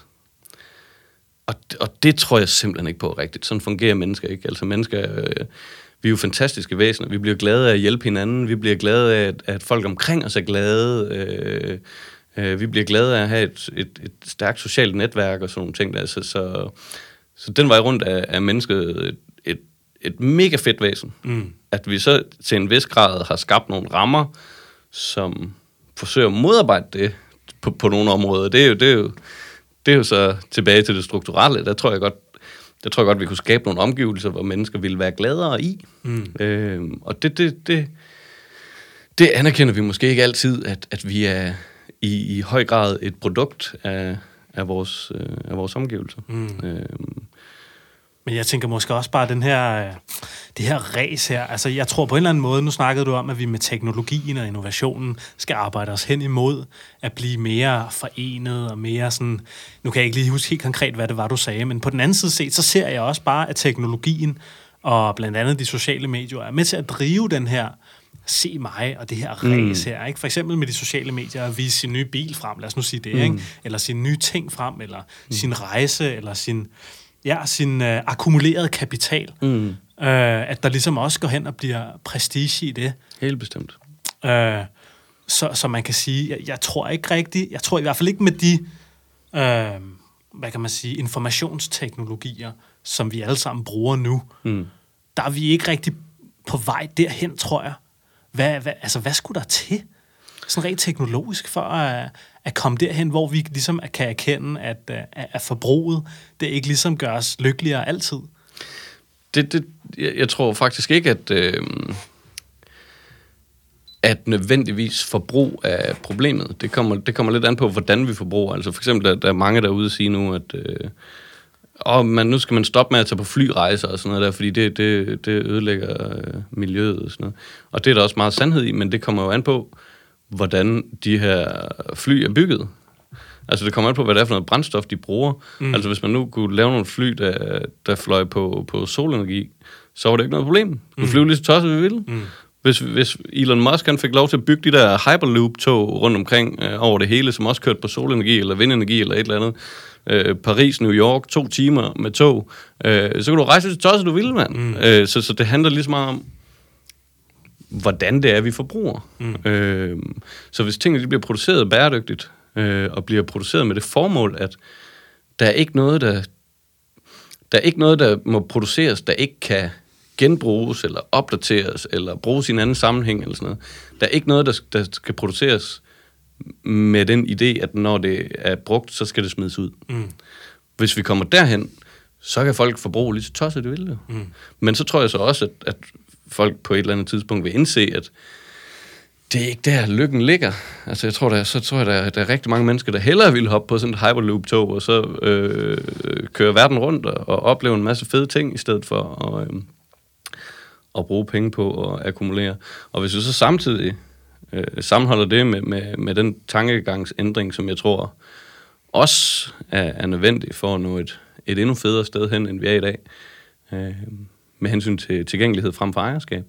Og, og det tror jeg simpelthen ikke på rigtigt. Sådan fungerer mennesker ikke. Altså mennesker, øh, vi er jo fantastiske væsener. Vi bliver glade af at hjælpe hinanden. Vi bliver glade af, at, at folk omkring os er glade. Øh, øh, vi bliver glade af at have et, et, et stærkt socialt netværk og sådan nogle ting. Der. Så, så, så den vej rundt er, er mennesket et, et, et mega fedt væsen. Mm. At vi så til en vis grad har skabt nogle rammer, som forsøger at modarbejde det på, på nogle områder. Det er jo... Det er jo Det er jo så tilbage til det strukturelle. Der tror jeg godt, der tror jeg godt, vi kunne skabe nogle omgivelser, hvor mennesker ville være gladere i. Mm. Øhm, og det, det, det, det anerkender vi måske ikke altid, at, at vi er i, i høj grad et produkt af, af, vores, øh, af vores omgivelser. Mm. Øhm. Men jeg tænker måske også bare den her, det her race her. Altså jeg tror på en eller anden måde, nu snakkede du om, at vi med teknologien og innovationen skal arbejde os hen imod at blive mere forenet og mere sådan, nu kan jeg ikke lige huske helt konkret, hvad det var, du sagde, men på den anden side set, så ser jeg også bare, at teknologien og blandt andet de sociale medier er med til at drive den her se mig og det her race mm. her, ikke? For eksempel med de sociale medier at vise sin nye bil frem, lad os nu sige det, mm. ikke? Eller sin nye ting frem, eller mm. sin rejse, eller sin... Ja, sin øh, akkumulerede kapital. Mm. Øh, at der ligesom også går hen og bliver prestige i det. Helt bestemt. Øh, så, så man kan sige, jeg, jeg tror ikke rigtigt, jeg tror i hvert fald ikke med de, øh, hvad kan man sige, informationsteknologier, som vi alle sammen bruger nu, mm. der er vi ikke rigtig på vej derhen, tror jeg. Hvad, hvad, altså, hvad skulle der til? Sådan rent teknologisk for at, at komme derhen, hvor vi ligesom kan erkende, at, at forbruget, det ikke ligesom gør os lykkeligere altid. Det, det, jeg, jeg tror faktisk ikke, at, øh, at nødvendigvis forbrug er problemet. Det kommer, det kommer lidt an på, hvordan vi forbruger. Altså for eksempel, der, der er mange derude at sige nu, at øh, åh, man, nu skal man stoppe med at tage på flyrejser og sådan noget der, fordi det, det, det ødelægger øh, miljøet og sådan noget. Og det er der også meget sandhed i, men det kommer jo an på, hvordan de her fly er bygget. Altså, det kommer an på, hvad det er for noget brændstof, de bruger. Mm. Altså, hvis man nu kunne lave nogle fly, der, der fløj på, på solenergi, så var det ikke noget problem. Du mm. flyver lige så tosset, vi ville. Mm. Hvis, hvis Elon Musk han fik lov til at bygge de der Hyperloop-tog rundt omkring øh, over det hele, som også kørte på solenergi eller vindenergi eller et eller andet, øh, Paris, New York, to timer med tog, øh, så kan du rejse til tosset, du vil, mand. Mm. Øh, så, så det handler lige så meget om, hvordan det er, vi forbruger. Mm. Øh, så hvis tingene de bliver produceret bæredygtigt, øh, og bliver produceret med det formål, at der er ikke noget, der, der er ikke noget, der må produceres, der ikke kan genbruges, eller opdateres, eller bruges i en anden sammenhæng, eller sådan noget. Der er ikke noget, der, der skal produceres med den idé, at når det er brugt, så skal det smides ud. Mm. Hvis vi kommer derhen, så kan folk forbruge lige så tosset, det vil det. Mm. Men så tror jeg så også, at, at folk på et eller andet tidspunkt vil indse, at det er ikke der, lykken ligger. Altså, jeg tror, der, så tror jeg, der, der er rigtig mange mennesker, der hellere vil hoppe på sådan et Hyperloop-tog, og så øh, køre verden rundt og, og opleve en masse fede ting, i stedet for at, øh, at bruge penge på at akkumulere. Og hvis vi så samtidig øh, sammenholder det med, med, med den tankegangsændring, som jeg tror også er, er nødvendig for at nå et, et endnu federe sted hen, end vi er i dag, øh, med hensyn til tilgængelighed frem for ejerskab.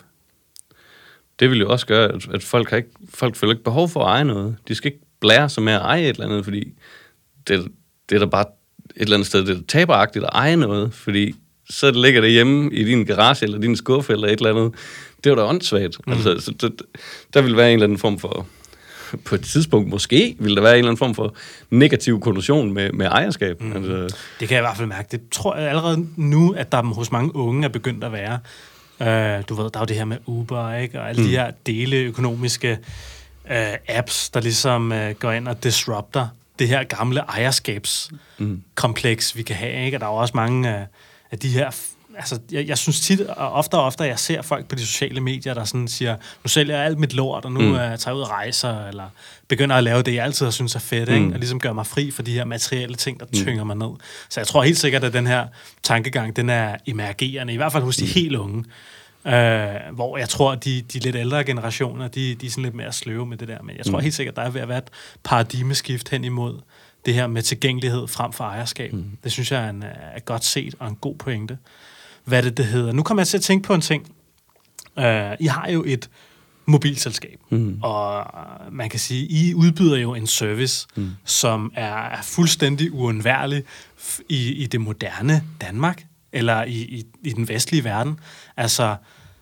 Det vil jo også gøre, at, at folk, har ikke, folk føler ikke behov for at eje noget. De skal ikke blære sig med at eje et eller andet, fordi det, det er da bare et eller andet sted, det er taberagtigt at eje noget, fordi så ligger det hjemme i din garage, eller din skuffe, eller et eller andet. Det er jo da åndssvagt. Mm. Altså, så det, der vil være en eller anden form for, på et tidspunkt måske, vil der være en eller anden form for negativ konnotation med, med ejerskab. Mm. Altså, det kan jeg i hvert fald mærke. Det tror jeg allerede nu, at der hos mange unge er begyndt at være. Uh, du ved, der er jo det her med Uber, ikke? Og alle mm. de her deleøkonomiske uh, apps, der ligesom uh, går ind og disrupter det her gamle ejerskabskompleks, mm. vi kan have, ikke? Og der er jo også mange uh, af de her... Altså, jeg, jeg synes tit, og ofte og ofte, jeg ser folk på de sociale medier, der sådan siger, nu sælger jeg alt mit lort, og nu mm. uh, tager jeg ud og rejser, eller begynder at lave det, jeg altid har synes er fedt, mm. ikke? Og ligesom gør mig fri for de her materielle ting, der tynger mm. mig ned. Så jeg tror helt sikkert, at den her tankegang, den er emergerende, i hvert fald hos de helt unge, uh, hvor jeg tror, at de, de lidt ældre generationer, de, de er sådan lidt mere sløve med det der, men jeg tror mm. helt sikkert, der er ved at være et paradigmeskift hen imod det her med tilgængelighed frem for ejerskab. Mm. Det synes jeg er, en, er godt set, og en god pointe. Hvad det, det hedder. Nu kommer jeg til at tænke på en ting. Uh, I har jo et mobilselskab, mm. og man kan sige, I udbyder jo en service, mm. som er, er fuldstændig uundværlig i, i det moderne Danmark, eller i, i, i den vestlige verden. Altså,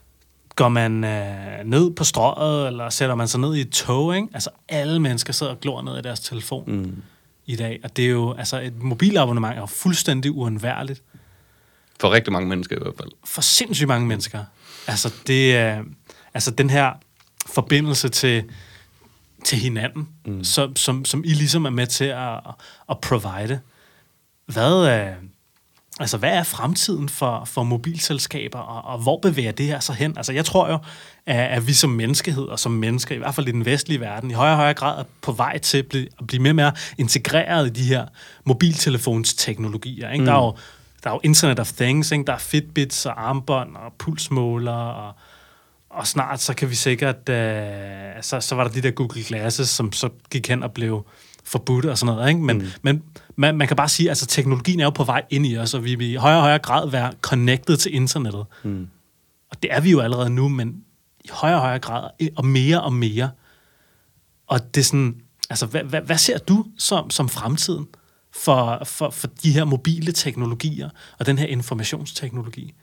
går man øh, ned på strøget, eller sætter man sig ned i et tog, ikke? Altså, alle mennesker sidder og glor ned i deres telefon mm. i dag, og det er jo, altså, et mobilabonnement er jo fuldstændig uundværligt. For rigtig mange mennesker i hvert fald. For sindssygt mange mennesker. Altså, det er, altså den her forbindelse til, til hinanden, mm. som, som, som I ligesom er med til at, at provide. Hvad er, altså, hvad er fremtiden for, for mobilselskaber, og, og hvor bevæger det her sig hen? Altså, jeg tror jo, at, at vi som menneskehed og som mennesker, i hvert fald i den vestlige verden, i højere og højere grad er på vej til at blive, at blive mere og mere integreret i de her mobiltelefonsteknologier. Ikke? Mm. Der er jo Der er jo Internet of Things, ikke? Der er Fitbits og armbånd og pulsmåler, og, og snart så kan vi sikkert... Øh, så, så var der de der Google Glasses, som så gik hen og blev forbudt og sådan noget, ikke? Men, mm. men man, man kan bare sige, at altså, teknologien er jo på vej ind i os, og vi vil i højere og højere grad være connected til internettet. Mm. Og det er vi jo allerede nu, men i højere og højere grad, og mere og mere. Og det er sådan... Altså, hvad, hvad, hvad ser du som, som fremtiden For, for, for de her mobile teknologier og den her informationsteknologi?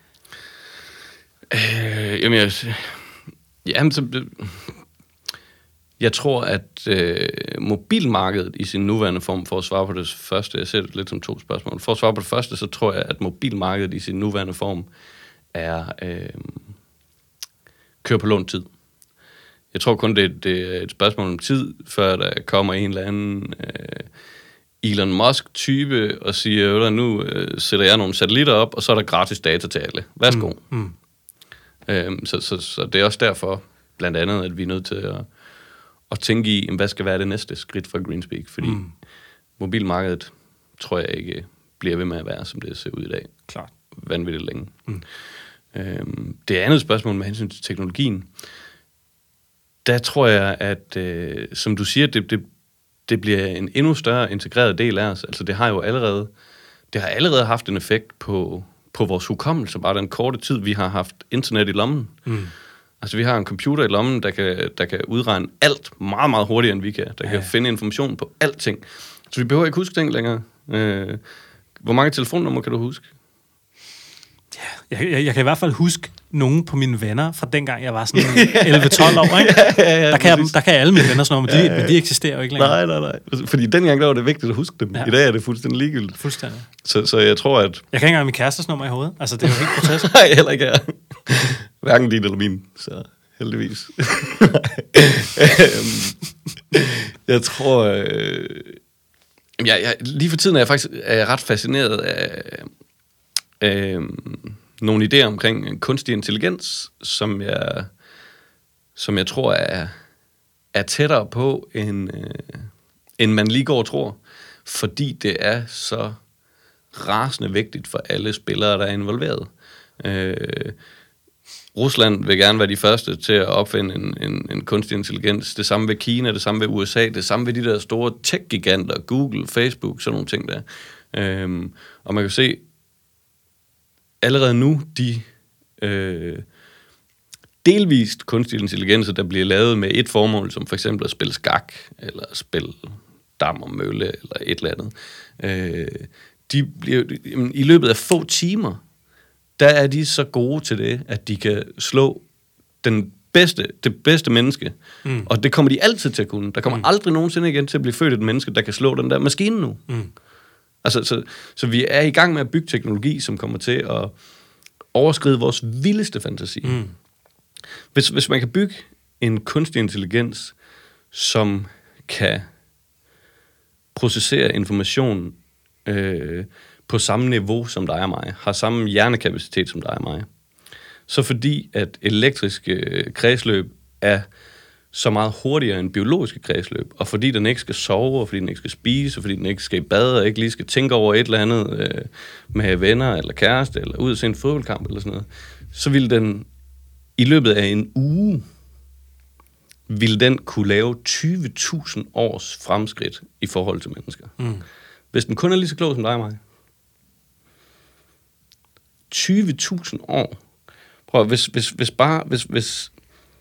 Øh, jamen, jeg, jamen, så, jeg tror, at øh, mobilmarkedet i sin nuværende form, for at svare på det første, jeg ser det lidt som to spørgsmål, for at svare på det første, så tror jeg, at mobilmarkedet i sin nuværende form er øh, kører på lånt tid. Jeg tror kun, det, det er et spørgsmål om tid, før der kommer en eller anden... Øh, Elon Musk-type og siger, at nu øh, sætter jeg nogle satellitter op, og så er der gratis data til alle. Værsgo. Mm. Mm. Øhm, så, så, så det er også derfor, blandt andet, at vi er nødt til at, at tænke i, hvad skal være det næste skridt for Greenspeak, fordi mm. mobilmarkedet, tror jeg ikke, bliver ved med at være, som det ser ud i dag. Klart. Vanvittigt længe. Mm. Øhm, det andet spørgsmål med hensyn til teknologien, der tror jeg, at, øh, som du siger, det, det det bliver en endnu større integreret del af os. Altså det har jo allerede, det har allerede haft en effekt på, på vores hukommelse, bare den korte tid, vi har haft internet i lommen. Mm. Altså, vi har en computer i lommen, der kan, der kan udregne alt meget, meget hurtigere, end vi kan. Der ja. kan finde information på alting. Så vi behøver ikke huske ting længere. Øh, hvor mange telefonnumre kan du huske? Ja, jeg, jeg, jeg kan i hvert fald huske nogen på mine venner, fra dengang jeg var sådan elleve tolv år, ikke? ja, ja, ja, der, kan jeg, der kan jeg alle mine venner sådan noget, men, ja, ja. men de eksisterer jo ikke længere. Nej, nej, nej. Fordi dengang der var det vigtigt at huske dem. Ja. I dag er det fuldstændig ligegyldigt. Fuldstændig. Så, så jeg tror, at... Jeg kan ikke engang min kærestes nummer i hovedet. Altså, det er jo helt grotesk. Nej, heller ikke jeg. Hverken din eller min, så heldigvis. jeg tror... Øh... Jeg, jeg, lige for tiden er jeg faktisk er jeg ret fascineret af... Øh, nogle idéer omkring kunstig intelligens, som jeg, som jeg tror er, er tættere på, end, øh, end man lige går og tror, fordi det er så rasende vigtigt for alle spillere, der er involveret. Øh, Rusland vil gerne være de første til at opfinde en, en, en kunstig intelligens. Det samme ved Kina, det samme ved U S A, det samme ved de der store tech-giganter, Google, Facebook, sådan nogle ting der. Øh, og man kan se, allerede nu, de øh, delvist kunstige intelligenser, der bliver lavet med et formål, som for eksempel at spille skak, eller spille dam og mølle, eller et eller andet, øh, de bliver, jamen, i løbet af få timer, der er de så gode til det, at de kan slå den bedste, det bedste menneske. Mm. Og det kommer de altid til at kunne. Der kommer mm. aldrig nogensinde igen til at blive født et menneske, der kan slå den der maskine nu. Mm. Altså, så, så vi er i gang med at bygge teknologi, som kommer til at overskride vores vildeste fantasi. Mm. Hvis, hvis man kan bygge en kunstig intelligens, som kan processere information øh, på samme niveau som dig og mig, har samme hjernekapacitet som dig og mig, så fordi at elektriske øh, kredsløb er så meget hurtigere end biologiske kredsløb, og fordi den ikke skal sove, og fordi den ikke skal spise, og fordi den ikke skal i bad, og ikke lige skal tænke over et eller andet øh, med venner, eller kæreste, eller ud og se en fodboldkamp, eller sådan noget, så vil den i løbet af en uge, vil den kunne lave tyve tusind års fremskridt i forhold til mennesker. Mm. Hvis den kun er lige så klog som dig og mig. tyve tusind år. Prøv, hvis, hvis, hvis bare, hvis, hvis,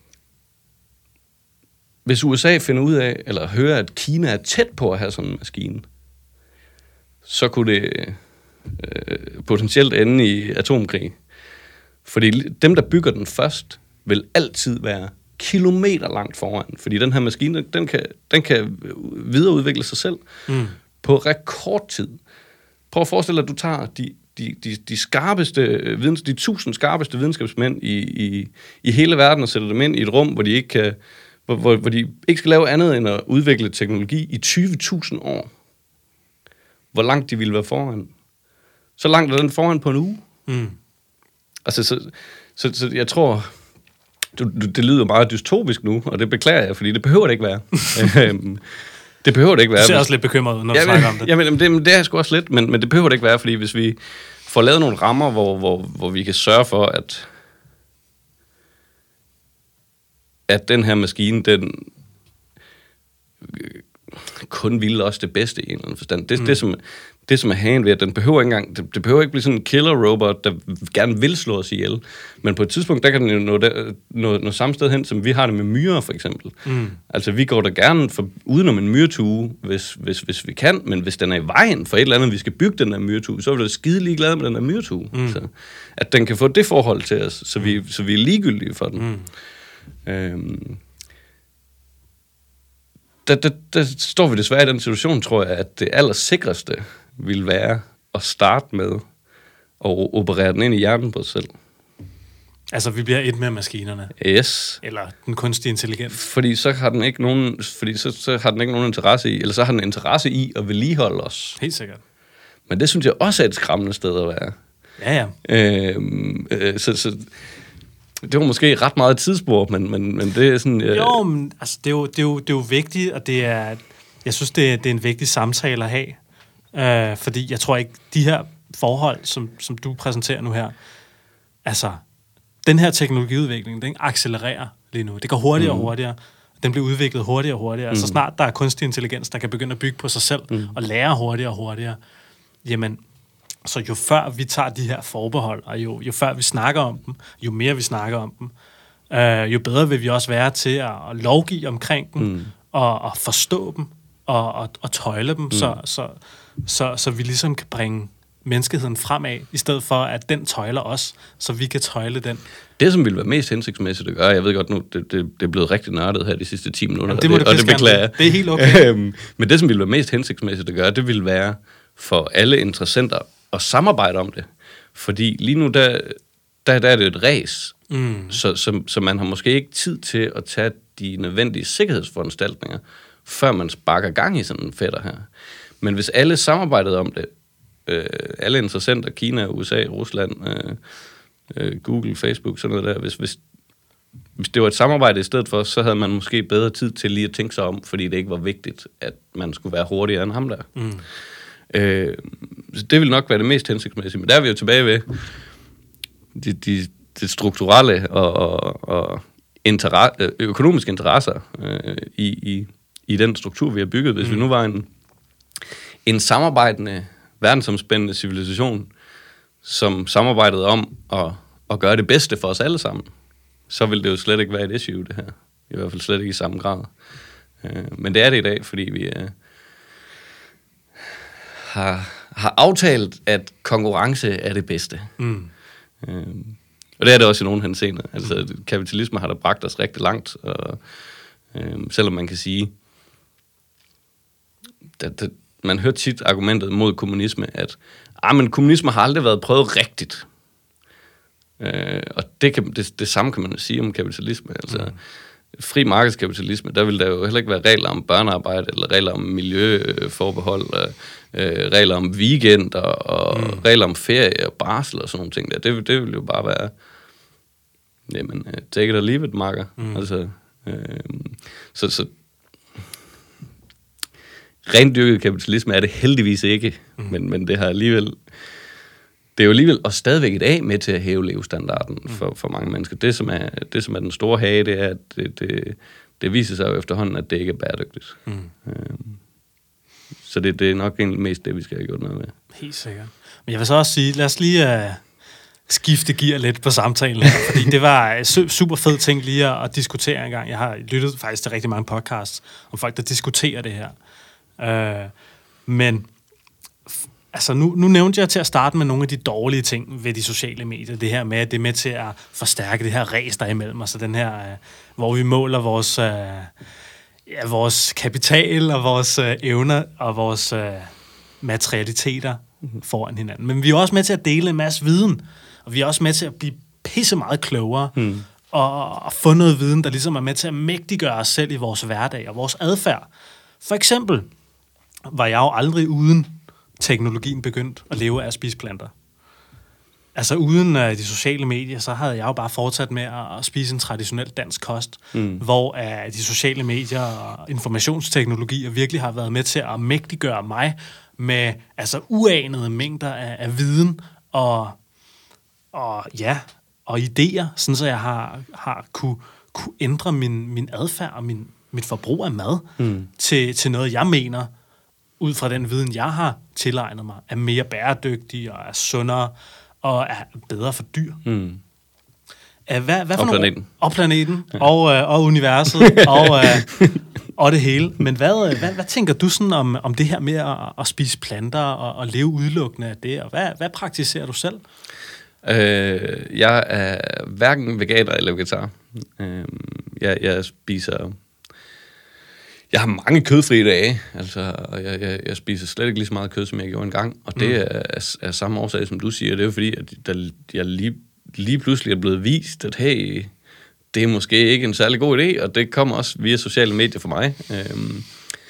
Hvis U S A finder ud af, eller hører, at Kina er tæt på at have sådan en maskine, så kunne det øh, potentielt ende i atomkrig. Fordi dem, der bygger den først, vil altid være kilometer langt foran. Fordi den her maskine, den kan, den kan videreudvikle sig selv mm. på rekordtid. Prøv at forestille dig, at du tager de, de, de, de skarpeste, videns, de tusind skarpeste videnskabsmænd i, i, i hele verden og sætter dem ind i et rum, hvor de ikke kan... Hvor, hvor, hvor de ikke skal lave andet end at udvikle teknologi i tyve tusind år. Hvor langt de ville være foran. Så langt er den foran på en uge. Mm. Altså, så, så, så jeg tror, du, du, det lyder meget dystopisk nu, og det beklager jeg, fordi det behøver det ikke være. det behøver det ikke være. Du ser også lidt bekymret ud, når du snakker om det. Jamen, det, det er sgu også lidt, men, men det behøver det ikke være, fordi hvis vi får lavet nogle rammer, hvor, hvor, hvor vi kan sørge for, at at den her maskine, den kun ville også det bedste i en eller anden forstand. Det, mm. det, som, det som er hagen ved, at den behøver ikke engang, det, det behøver ikke blive sådan en killer-robot, der gerne vil slå os ihjel. Men på et tidspunkt, der kan den jo nå, der, nå, nå samme sted hen, som vi har det med myrer, for eksempel. Mm. Altså, vi går da gerne for, udenom en myretue, hvis, hvis, hvis vi kan, men hvis den er i vejen for et eller andet, vi skal bygge den der myretue, så er vi da skide ligeglade med den der myretue. Mm. Så, at den kan få det forhold til os, så vi, så vi er ligegyldige for den. Mm. Øhm, der, der, der står vi desværre i den situation, tror jeg, at det allersikreste vil være at starte med at operere den ind i hjernen på os selv. Altså, vi bliver et med maskinerne. Yes. Eller den kunstige intelligens. Fordi så har den ikke nogen, fordi så, så har den ikke nogen interesse i, eller så har den interesse i at vedligeholde os. Helt sikkert. Men det synes jeg også er et skræmmende sted at være. Ja, ja. Øhm, øh, så... så det var måske ret meget tidsspor, men, men, men det er sådan... Øh... Jo, men altså, det, er jo, det, er jo, det er jo vigtigt, og det er... Jeg synes, det er, det er en vigtig samtale at have. Øh, fordi jeg tror ikke, de her forhold, som, som du præsenterer nu her, altså, den her teknologiudvikling, den accelererer lige nu. Det går hurtigere mm. og hurtigere. Den bliver udviklet hurtigere og hurtigere. Mm. Så snart der er kunstig intelligens, der kan begynde at bygge på sig selv, mm. og lære hurtigere og hurtigere, jamen... Så jo før vi tager de her forbehold, og jo, jo før vi snakker om dem, jo mere vi snakker om dem, øh, jo bedre vil vi også være til at, at lovgive omkring dem, mm. og, og forstå dem, og, og, og tøjle dem, mm. så, så, så, så vi ligesom kan bringe menneskeheden fremad, i stedet for, at den tøjler os, så vi kan tøjle den. Det, som ville være mest hensigtsmæssigt at gøre, jeg ved godt nu, det, det, det er blevet rigtig nørdet her de sidste ti minutter, Jamen, det må og det, og det beklager jeg. Det er helt okay. Men det, som ville være mest hensigtsmæssigt at gøre, det ville være for alle interessenter at samarbejde om det. Fordi lige nu, der, der, der er det et ræs, mm. så, så, så man har måske ikke tid til at tage de nødvendige sikkerhedsforanstaltninger, før man sparker gang i sådan en fætter her. Men hvis alle samarbejdede om det, øh, alle interessenter, Kina, U S A, Rusland, øh, øh, Google, Facebook, sådan noget der, hvis, hvis, hvis det var et samarbejde i stedet for, så havde man måske bedre tid til lige at tænke sig om, fordi det ikke var vigtigt, at man skulle være hurtigere end ham der. Mm. Øh, så det vil nok være det mest hensigtsmæssige, men der er vi jo tilbage ved de, de, de strukturelle og, og, og interesse, økonomiske interesser øh, i, i, i den struktur, vi har bygget. Hvis mm. vi nu var en, en samarbejdende, verdensomspændende civilisation, som samarbejdede om at, at gøre det bedste for os alle sammen, så ville det jo slet ikke være et issue, det her. I hvert fald slet ikke i samme grad. Øh, men det er det i dag, fordi vi øh, har, har aftalt, at konkurrence er det bedste. Mm. Øh, og det er det også i nogen henseender. Altså, kapitalisme har da bragt os rigtig langt, og øh, selvom man kan sige, at, at man hører tit argumentet mod kommunisme, at ah, men kommunisme har aldrig været prøvet rigtigt. Øh, og det, kan, det, det samme kan man sige om kapitalisme. Altså, mm. fri markedskapitalisme, der vil der jo heller ikke være regler om børnearbejde, eller regler om miljøforbehold, øh, regler om weekender, og mm. regler om ferie og barsel og sådan nogle ting der. Det, det vil jo bare være, jamen, take it or leave it, makker. Mm. Altså, øh, så, så rendyrket kapitalisme er det heldigvis ikke, mm. men, men det har alligevel, det er jo alligevel og stadigvæk et af med til at hæve levestandarden mm. for, for mange mennesker. Det som, er, det, som er den store hage, det er, at det, det, det viser sig jo efterhånden, at det ikke er bæredygtigt. Mm. Øhm, så det, det er nok egentlig mest det, vi skal have gjort noget med. Helt sikkert. Men jeg vil så også sige, lad os lige uh, skifte gear lidt på samtalen her, fordi det var su- super fed ting lige at, at diskutere en gang. Jeg har lyttet faktisk til rigtig mange podcasts om folk, der diskuterer det her. Uh, men altså nu, nu nævnte jeg til at starte med nogle af de dårlige ting ved de sociale medier. Det her med, at det er med til at forstærke det her ræs, der er imellem os. Den her, uh, hvor vi måler vores, uh, ja, vores kapital og vores uh, evner og vores uh, materialiteter mm-hmm. foran hinanden. Men vi er også med til at dele en masse viden. Og vi er også med til at blive pisse meget klogere. Mm. Og, og få noget viden, der ligesom er med til at mægtiggøre os selv i vores hverdag og vores adfærd. For eksempel var jeg jo aldrig uden teknologien begyndt at leve af at spise planter. Altså uden uh, de sociale medier, så havde jeg jo bare fortsat med at, at spise en traditionel dansk kost, mm. hvor uh, de sociale medier og informationsteknologier virkelig har været med til at mægtiggøre mig med altså uanede mængder af, af viden og, og ja, og idéer, sådan så jeg har, har kunne, kunne ændre min, min adfærd og min, mit forbrug af mad mm. til, til noget, jeg mener, ud fra den viden, jeg har tilegnet mig, er mere bæredygtig og er sundere og er bedre for dyr. Mm. Hvad, hvad for og nogle, planeten. Og planeten, ja. og, øh, og universet, og, øh, og det hele. Men hvad, hvad, hvad tænker du sådan om, om det her med at, at spise planter og, og leve udelukkende af det? Og hvad, hvad praktiserer du selv? Øh, jeg er hverken veganer eller vegetar. Øh, jeg, jeg spiser... Jeg har mange kødfrie dage, altså, og jeg, jeg, jeg spiser slet ikke lige så meget kød, som jeg gjorde engang, og det mm. er, er, er samme årsag, som du siger. Det er jo fordi, at der, jeg lige, lige pludselig er blevet vist, at hey, det er måske ikke en særlig god idé, og det kommer også via sociale medier for mig. Øhm,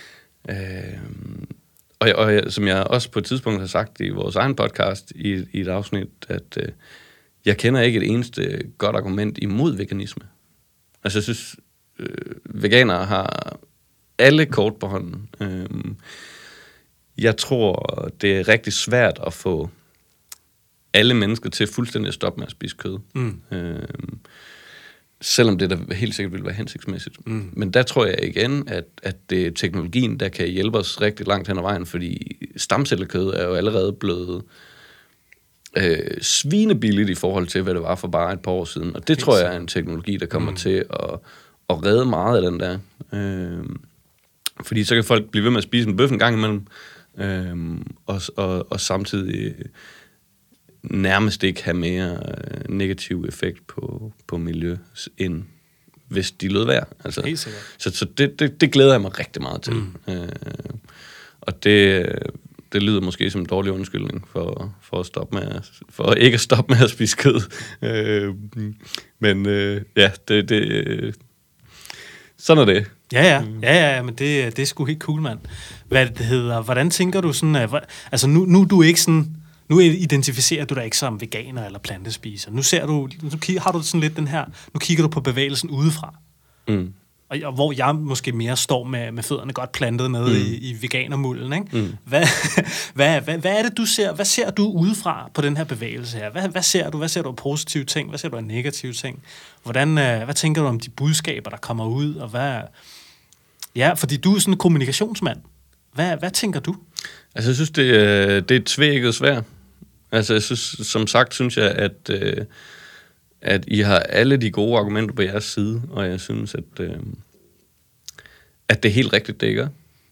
øhm, og, jeg, og jeg, som jeg også på et tidspunkt har sagt i vores egen podcast, i, i et afsnit, at øh, jeg kender ikke et eneste godt argument imod veganisme. Altså, jeg synes, øh, veganere har... alle kort på hånden. Øhm, jeg tror, det er rigtig svært at få alle mennesker til fuldstændig at stoppe med at spise kød. Mm. Øhm, selvom det der helt sikkert vil være hensigtsmæssigt. Mm. Men der tror jeg igen, at, at det er teknologien, der kan hjælpe os rigtig langt hen ad vejen, fordi stamcellekød er jo allerede blevet øh, svinebilligt i forhold til, hvad det var for bare et par år siden. Og det Helt tror jeg er en teknologi, der kommer mm. til at, at redde meget af den der. Øh, fordi så kan folk blive ved med at spise en bøf en gang imellem, øh, og, og, og samtidig nærmest ikke have mere øh, negativ effekt på, på miljø, end hvis de lød være. Altså, Helt sikkert. Så, så det, det, det glæder jeg mig rigtig meget til. Mm. Øh, og det, det lyder måske som en dårlig undskyldning for, for, at stoppe med at, for ikke at stoppe med at spise kød. Øh, men øh, ja, det, det, sådan er det. Ja, ja, ja, ja, men det, det er sgu helt cool, mand. Hvad det hedder, hvordan tænker du sådan, uh, altså nu, nu er du ikke sådan, nu identificerer du dig ikke som veganer eller plantespiser. Nu ser du, nu har du sådan lidt den her, nu kigger du på bevægelsen udefra. Mm. Og, og hvor jeg måske mere står med, med fødderne godt plantet nede mm. i, i veganermulden, ikke? Mm. Hvad, hvad, hvad, hvad er det, du ser? Hvad ser du udefra på den her bevægelse her? Hvad, hvad ser du? Hvad ser du af positive ting? Hvad ser du af negative ting? Hvordan, hvad tænker du om de budskaber, der kommer ud? Og hvad... Ja, fordi du er sådan en kommunikationsmand. Hvad, hvad tænker du? Altså, jeg synes, det er, det er tvækket svært. Altså, jeg synes, som sagt, synes jeg, at, øh, at I har alle de gode argumenter på jeres side, og jeg synes, at, øh, at det er helt rigtigt, det ikke er.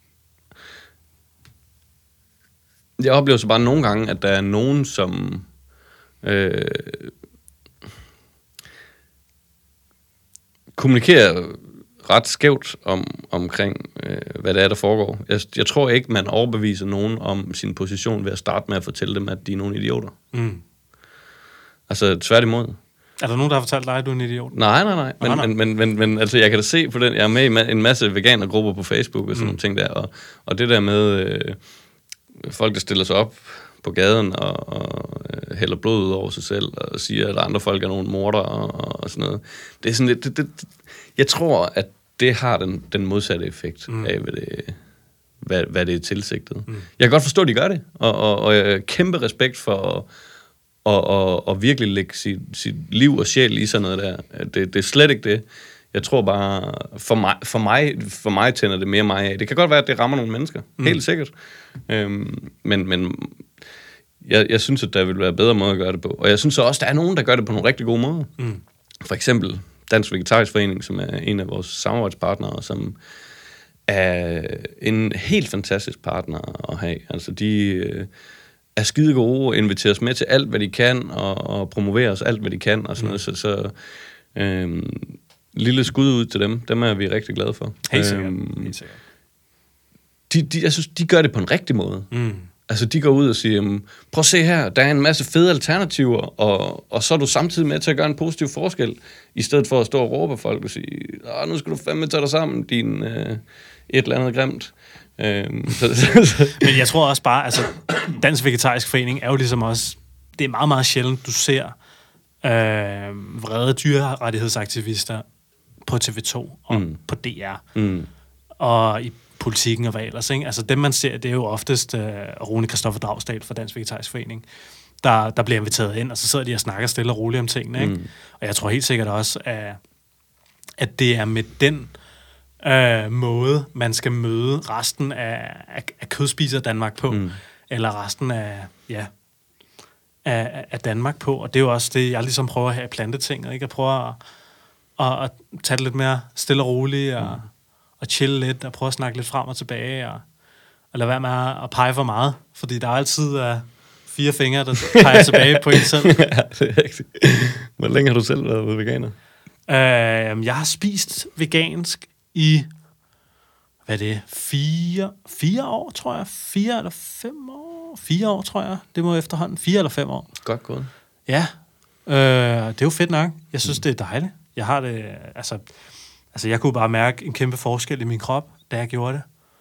Jeg oplever så bare nogle gange, at der er nogen, som øh, kommunikerer ret skævt om, omkring, øh, hvad det er, der foregår. Jeg, jeg tror ikke, man overbeviser nogen om sin position ved at starte med at fortælle dem, at de er nogle idioter. Mm. Altså, tværtimod. Er der nogen, der har fortalt dig, at du er en idiot? Nej, nej, nej. Men, nej, nej. Men, men, men, men altså, jeg kan da se på den. Jeg er med i en masse veganergrupper på Facebook og sådan mm. nogle ting der. Og, og det der med øh, folk, der stiller sig op på gaden og, og øh, hælder blod ud over sig selv og siger, at andre folk er nogle morder og, og sådan noget. Det er sådan lidt... Det, det, jeg tror, at det har den, den modsatte effekt mm. af, hvad det, hvad, hvad det er tilsigtet. Mm. Jeg kan godt forstå, at de gør det, og, og, og jeg har kæmpe respekt for at og, og, og virkelig lægge sit, sit liv og sjæl i sådan noget der. Det, det er slet ikke det. Jeg tror bare, for mig, for mig, for mig tænder det mere mig af. Det kan godt være, at det rammer nogle mennesker, mm. helt sikkert. Øhm, men men jeg, jeg synes, at der vil være bedre måde at gøre det på. Og jeg synes også, at der er nogen, der gør det på nogle rigtig gode måder. Mm. For eksempel Dansk Vegetarisk Forening, som er en af vores samarbejdspartnere, som er en helt fantastisk partner at have. Altså, de øh, er skide gode og inviterer os med til alt, hvad de kan, og, og promoverer os alt, hvad de kan, og sådan mm. noget. Så, så øh, lille skud ud til dem. Dem er vi rigtig glade for. Helt sikkert. Øhm, helt sikkert. De, de, jeg synes, de gør det på en rigtig måde. Mm. Altså, de går ud og siger, prøv at se her, der er en masse fede alternativer, og, og så er du samtidig med til at gøre en positiv forskel, i stedet for at stå og råbe af folk og sige, nu skal du fandme tage dig sammen, din øh, et eller andet grimt. Øhm, så, Men jeg tror også bare, altså, Dansk Vegetarisk Forening er jo ligesom også, det er meget, meget sjældent, du ser øh, vrede dyrerettighedsaktivister på T V to og mm. på D R. Mm. Og i Politikken og hvad ellers, ikke? Altså dem, man ser, det er jo oftest uh, Rune Kristoffer Dragsdal fra Dansk Vegetarisk Forening, der, der bliver inviteret ind, og så sidder de og snakker stille og roligt om tingene, ikke? Mm. Og jeg tror helt sikkert også, at, at det er med den uh, måde, man skal møde resten af, af, af kødspiser Danmark på, mm. eller resten af, ja, af, af Danmark på, og det er jo også det, jeg ligesom prøver at have i plantetinget, ikke? Jeg prøver at, at, at tage det lidt mere stille og roligt, og mm. og chille lidt, og prøve at snakke lidt frem og tilbage, og, og lade være med at, at pege for meget, fordi der er altid uh, fire fingre, der peger tilbage på en selv. Ja, det er rigtigt. Hvor længe har du selv været veganer? Uh, jeg har spist vegansk i, hvad er det, fire, fire år, tror jeg. Fire eller fem år? Fire år, tror jeg. Det må efterhånden. Fire eller fem år. Godt gået. Ja. Uh, det er jo fedt nok. Jeg synes, mm. det er dejligt. Jeg har det, altså... Altså, jeg kunne bare mærke en kæmpe forskel i min krop, da jeg gjorde det.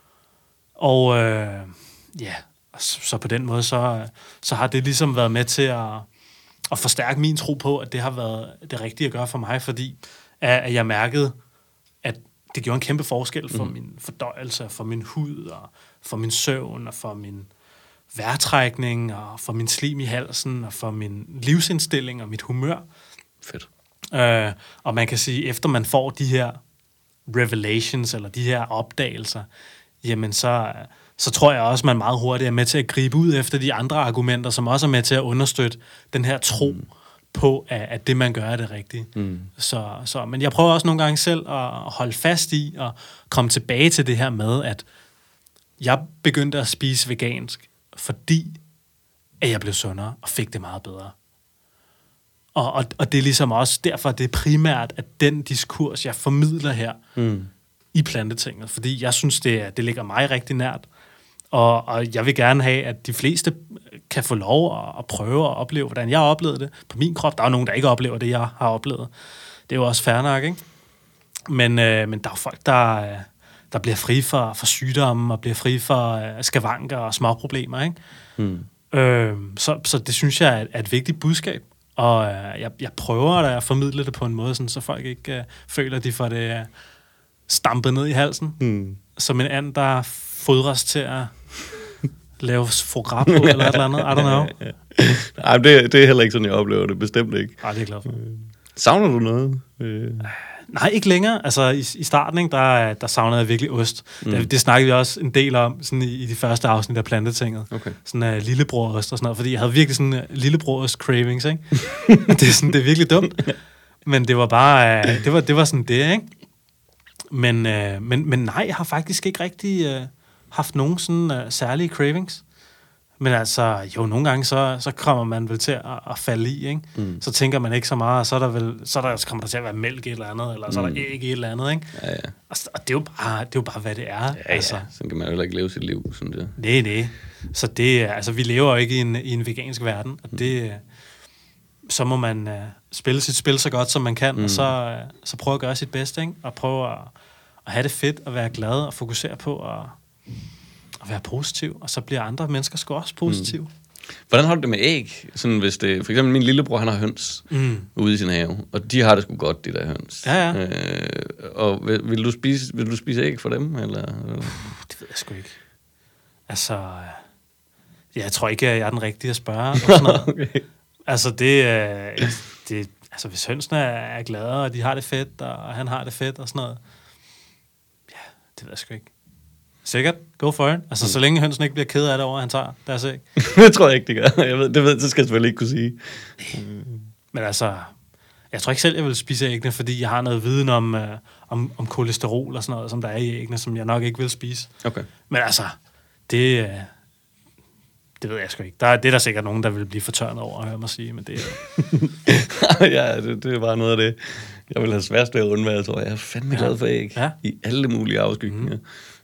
Og øh, ja, så, så på den måde, så, så har det ligesom været med til at, at forstærke min tro på, at det har været det rigtige at gøre for mig, fordi at jeg mærkede, at det gjorde en kæmpe forskel for mm. min fordøjelse, for min hud, og for min søvn, og for min vejrtrækning, og for min slim i halsen, og for min livsindstilling og mit humør. Fedt. Øh, og man kan sige, efter man får de her revelations, eller de her opdagelser, jamen så, så tror jeg også, man meget hurtigt er med til at gribe ud efter de andre argumenter, som også er med til at understøtte den her tro mm. på, at, at det, man gør, er det rigtige. Mm. Så, så, men jeg prøver også nogle gange selv at holde fast i og komme tilbage til det her med, at jeg begyndte at spise vegansk, fordi at jeg blev sundere og fik det meget bedre. Og, og, og det er ligesom også derfor, det er primært, at den diskurs, jeg formidler her mm. i plantetinget, fordi jeg synes, det, det ligger mig rigtig nært, og, og jeg vil gerne have, at de fleste kan få lov at, at prøve at opleve, hvordan jeg har oplevet det på min krop. Der er jo nogen, der ikke oplever det, jeg har oplevet. Det er jo også fair nok, ikke? Men, øh, men der er jo folk, der, der bliver fri for, for sygdomme, og bliver fri for øh, skavanker og småproblemer, ikke? Mm. Øh, så, så det synes jeg er, er et vigtigt budskab. Og øh, jeg, jeg prøver at formidle det på en måde, sådan, så folk ikke øh, føler, at de får det øh, stampet ned i halsen. Mm. Som en and, der fodres til at lave foie på, eller et eller andet. I don't know. Nej, det, det er heller ikke sådan, jeg oplever det. Bestemt ikke. Nej, det er jeg glad for. Savner du noget? Øh. Nej, ikke længere. Altså, i, i starten, ikke, der, der savnede jeg virkelig ost. Mm. Det, det snakkede vi også en del om sådan i, i de første afsnit af Plantetinget. Okay. Sådan uh, lillebrorost og sådan noget, fordi jeg havde virkelig sådan uh, lillebrorost cravings, ikke? det, er sådan, det er virkelig dumt. Men det var bare, uh, det var, det var sådan det, ikke? Men, uh, men, men nej, jeg har faktisk ikke rigtig uh, haft nogen sådan uh, særlige cravings. Men altså, jo, nogle gange, så, så kommer man vel til at, at falde i, ikke? Mm. Så tænker man ikke så meget, og så, er der vel, så, er der, så kommer der til at være mælk et eller andet, eller så er der mm. æg et eller andet, ikke? Ja, ja. Og, og det, er jo bare, det er jo bare, hvad det er. Ja, altså. Ja, sådan kan man jo heller ikke leve sit liv, sådan det. Nej, nej. Så det, altså, vi lever jo ikke i en, i en vegansk verden, og det, så må man uh, spille sit spil så godt, som man kan, mm. og så, uh, så prøve at gøre sit bedste, ikke? Og prøve at, at have det fedt, og være glad, og fokusere på at... at være positiv, og så bliver andre mennesker sgu også positive. Mm. Hvordan har du det med æg? Sådan, hvis det, for eksempel min lillebror, han har høns mm. ude i sin have, og de har det sgu godt, de der høns. Ja, ja. Øh, og vil, vil, du spise, vil du spise æg for dem? Eller? Uh, det ved jeg sgu ikke. Altså, jeg tror ikke, jeg er den rigtige at spørge. Og sådan noget. Okay. Altså, det, det, altså, hvis hønsene er glade, og de har det fedt, og han har det fedt, og sådan noget, ja, det ved jeg sgu ikke. Sikkert. Go for it. Altså, mm. så længe hønsen ikke bliver ked af det over, han tager deres æg. Det tror jeg ikke, det gør. Jeg ved, det, ved, det skal jeg selvfølgelig ikke kunne sige. Mm. Men altså, jeg tror ikke selv, jeg vil spise æggene, fordi jeg har noget viden om, øh, om, om kolesterol og sådan noget, som der er i æggene, som jeg nok ikke vil spise. Okay. Men altså, det, øh, det ved jeg sgu ikke. Der er, det er der sikkert nogen, der vil blive fortørnet over at høre mig sige, men det er ja, det, det er bare noget af det. Jeg vil have sværest ved at undvære, tror jeg. Jeg er fandme ja. glad for æg. Ja. I alle mulige afskygninger. Mm.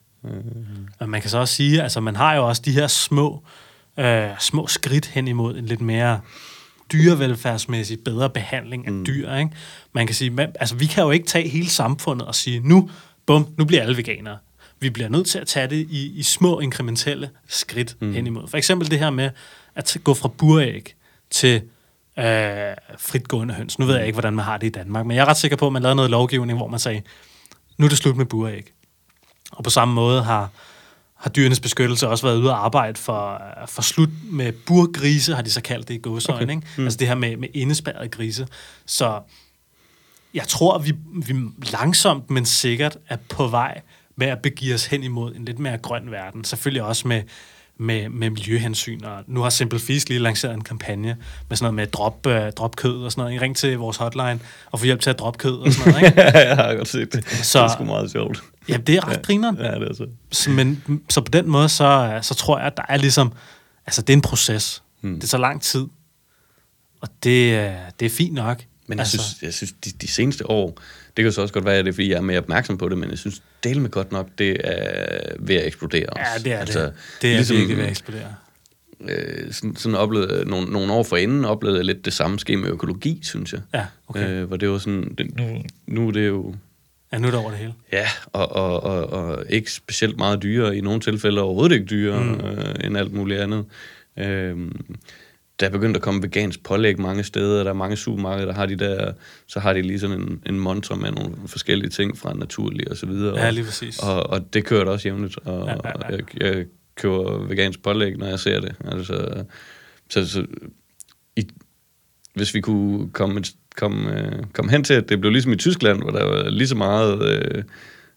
Og man kan så også sige, altså man har jo også de her små, øh, små skridt hen imod en lidt mere dyrevelfærdsmæssig bedre behandling af mm. dyr, ikke? Man kan sige, man, altså vi kan jo ikke tage hele samfundet og sige, nu, bum, nu bliver alle veganere. Vi bliver nødt til at tage det i, i små inkrementelle skridt mm. hen imod. For eksempel det her med at gå fra buræg til øh, fritgående høns. Nu ved jeg ikke, hvordan man har det i Danmark, men jeg er ret sikker på, at man lavede noget lovgivning, hvor man sagde, nu er det slut med buræg. Og på samme måde har, har dyrenes beskyttelse også været ude at arbejde for, for slut med burgrise, har de så kaldt det i gåseøjne, okay. ikke? Mm. Altså det her med, med indespærrede grise. Så jeg tror, at vi, vi langsomt, men sikkert er på vej med at begive os hen imod en lidt mere grøn verden. Selvfølgelig også med, med, med miljøhensyn. Og nu har Simple Feast lige lanceret en kampagne med sådan noget med drop, uh, drop kød og sådan noget. Ring til vores hotline og få hjælp til at droppe kød og sådan noget, ikke? Jeg har godt set det. Så, det er sgu meget sjovt. Ja, det er ret grineren. Ja, det er så. så. Men så på den måde, så, så tror jeg, at der er ligesom... Altså, det er en proces. Hmm. Det er så lang tid. Og det, det er fint nok. Men jeg altså. synes, jeg synes de, de seneste år... Det kan så også godt være, at det er, fordi jeg er mere opmærksom på det, men jeg synes, dele med godt nok, det er ved at eksplodere også. Ja, det er altså, det. Det er ligesom, virkelig ved at eksplodere. Øh, sådan, sådan oplevede nogle, nogle år forinden, oplevede jeg lidt det samme ske med økologi, synes jeg. Ja, okay. Øh, hvor det var sådan... Det, nu, nu er det jo... Ja, nu er det over det hele. Ja, og, og, og, og ikke specielt meget dyrere, i nogle tilfælde overhovedet ikke dyrere mm. øh, end alt muligt andet. Øh, der er begyndt at komme vegansk pålæg mange steder, der er mange supermarkeder, der har de der, så har de lige sådan en, en montre med nogle forskellige ting fra naturlig og så videre. Ja, lige præcis. Og, og det kører der også jævnligt, og ja, ja, ja. Jeg, jeg køber vegansk pålæg, når jeg ser det. Altså, så, så i, hvis vi kunne komme, komme, komme hen til, at det blev ligesom i Tyskland, hvor der var lige så meget... Øh,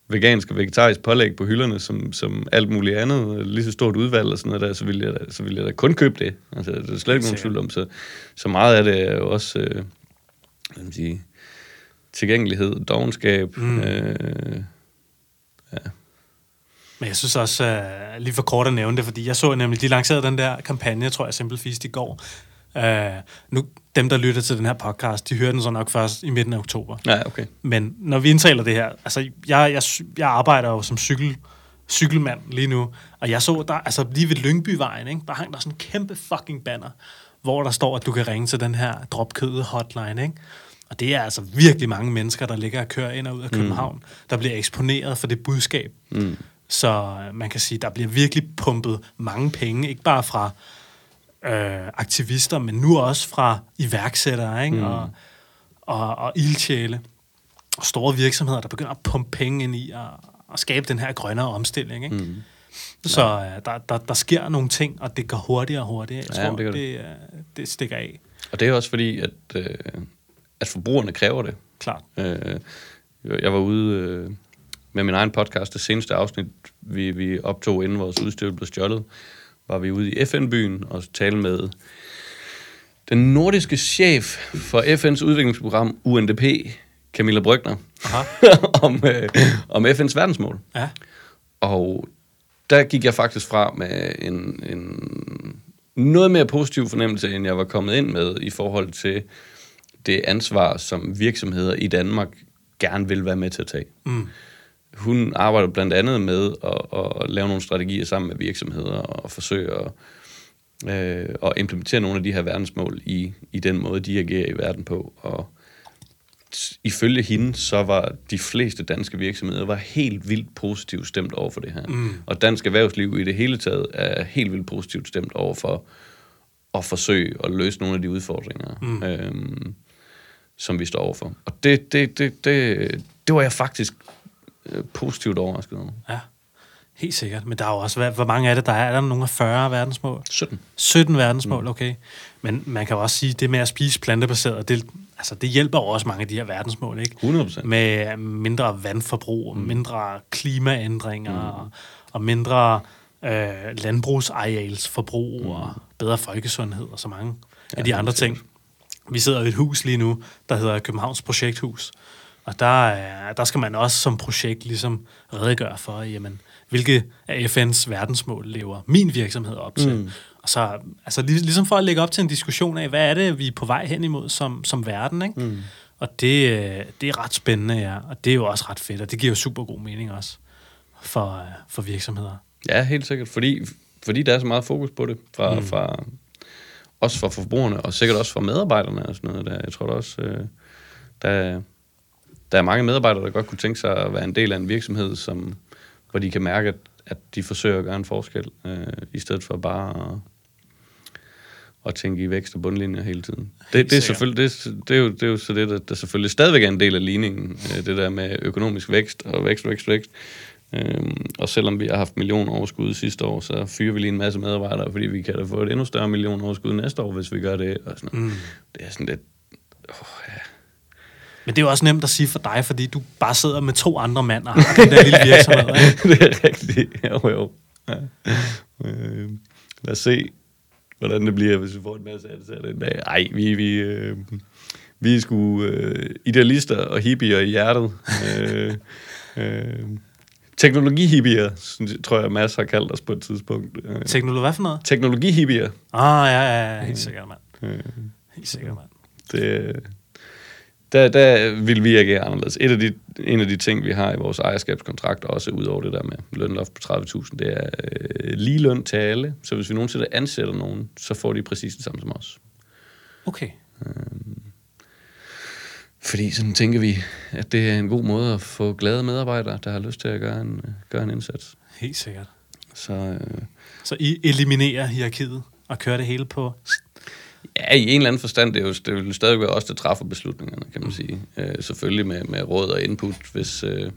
vegansk og vegetarisk pålæg på hylderne, som, som alt muligt andet, lige så stort udvalg og sådan noget der, så ville jeg da, så ville jeg da kun købe det. Altså, det er slet ikke nogen tvivl om. Så, så meget af det er jo også, øh, hvad man sige, tilgængelighed, dovenskab. Mm. Øh, ja. Men jeg synes også, uh, lige for kort at nævne det, fordi jeg så nemlig, de lancerede den der kampagne, tror jeg, Simple Feast i går. Uh, nu, dem, der lytter til den her podcast, de hører den så nok først i midten af oktober. Ja, okay. Men når vi indtaler det her, altså, jeg, jeg, jeg arbejder jo som cykel, cykelmand lige nu, og jeg så, der, altså lige ved Lyngbyvejen, ikke, der hang der sådan en kæmpe fucking banner, hvor der står, at du kan ringe til den her dropkødet hotline, ikke? Og det er altså virkelig mange mennesker, der ligger og kører ind og ud af København, mm. der bliver eksponeret for det budskab. Mm. Så man kan sige, der bliver virkelig pumpet mange penge, ikke bare fra øh, aktivister, men nu også fra iværksættere, ikke? Mm. Og, og, og ildsjæle. Og store virksomheder, der begynder at pumpe penge ind i at, at skabe den her grønnere omstilling. Ikke? Mm. Så øh, der, der, der sker nogle ting, og det går hurtigere og hurtigere. Jeg ja, tror, det, det, det, det stikker af. Og det er også fordi, at, øh, at forbrugerne kræver det. Klart. Øh, jeg var ude øh, med min egen podcast, det seneste afsnit, vi, vi optog, inden vores udstyr blev stjålet, var vi ude i F N-byen og talte med den nordiske chef for F N's udviklingsprogram U N D P, Camilla Brygner, om, øh, om F N's verdensmål. Ja. Og der gik jeg faktisk fra med en, en noget mere positiv fornemmelse, end jeg var kommet ind med i forhold til det ansvar, som virksomheder i Danmark gerne vil være med til at tage. Mm. Hun arbejder blandt andet med at, at lave nogle strategier sammen med virksomheder og forsøge at, øh, at implementere nogle af de her verdensmål i, i den måde, de agerer i verden på. Og ifølge hende, så var de fleste danske virksomheder var helt vildt positivt stemt over for det her. Mm. Og dansk erhvervsliv i det hele taget er helt vildt positivt stemt over for at forsøge at løse nogle af de udfordringer, mm. øhm, som vi står overfor. Og det, det, det, det, det var jeg faktisk øh, positivt overrasket over. Ja, helt sikkert. Men der er jo også, hvor mange af det der er? Er der nogle af fyrre verdensmål? sytten. sytten verdensmål, okay. Men man kan jo også sige, det med at spise plantebaseret, det, altså, det hjælper jo også mange af de her verdensmål, ikke? hundrede procent. Med mindre vandforbrug, mm. mindre klimaændringer, mm. og, og mindre øh, landbrugsarealsforbrug, mm. og bedre folkesundhed, og så mange ja, af de andre ting. Vi sidder i et hus lige nu, der hedder Københavns Projekthus, og der, der skal man også som projekt ligesom redegøre for, jamen, hvilke af F N's verdensmål lever min virksomhed op til. Mm. Og så, altså ligesom for at lægge op til en diskussion af, hvad er det, vi er på vej hen imod som, som verden, ikke? Mm. Og det, det er ret spændende, ja. Og det er jo også ret fedt, og det giver jo super god mening også for, for virksomheder. Ja, helt sikkert, fordi, fordi der er så meget fokus på det, fra, mm. fra, også fra forbrugerne, og sikkert også fra medarbejderne og sådan noget der. Jeg tror da også, øh, der, der er mange medarbejdere, der godt kunne tænke sig at være en del af en virksomhed, som, hvor de kan mærke, at, at de forsøger at gøre en forskel, øh, i stedet for bare at, at tænke i vækst og bundlinjer hele tiden. Det, det, er, selvfølgelig, det, det, er, jo, det er jo så det, der, der selvfølgelig stadigvæk er en del af ligningen, øh, det der med økonomisk vækst og vækst, vækst, vækst. Øhm, og selvom vi har haft millionoverskud sidste år, så fyrer vi lige en masse medarbejdere, fordi vi kan da få et endnu større millionoverskud næste år, hvis vi gør det. Og sådan mm. Det er sådan lidt... Oh, ja. Men det er jo også nemt at sige for dig, fordi du bare sidder med to andre mænd og har den der lille virksomhed. Det er rigtigt. Jo, jo. Ja. Øh, lad os se, hvordan det bliver, hvis vi får en masse ansatte en dag. Ej, vi, vi, øh, vi er sgu øh, idealister og hippier i hjertet. øh, øh, Teknologihippier, tror jeg, Mads har kaldt os på et tidspunkt. Teknologi, hvad for noget? Teknologihippier. Ah, ja, ja, ja, helt sikkert, mand. Helt sikkert, mand. Det, der, der vil vi agere anderledes. Et af de, en af de ting, vi har i vores ejerskabskontrakt, også ud over det der med lønloft på tredive tusind, det er øh, lige løn til alle. Så hvis vi nogensinde ansætter nogen, så får de præcis det samme som os. Okay. Øhm, Fordi sådan tænker vi, at det er en god måde at få glade medarbejdere, der har lyst til at gøre en, gøre en indsats. Helt sikkert. Så, øh, så I eliminerer hierarkiet og kører det hele på... Ja, i en eller anden forstand, det, er jo, det vil stadig være os, der træffer beslutningerne, kan man sige. Øh, selvfølgelig med, med råd og input, hvis, øh,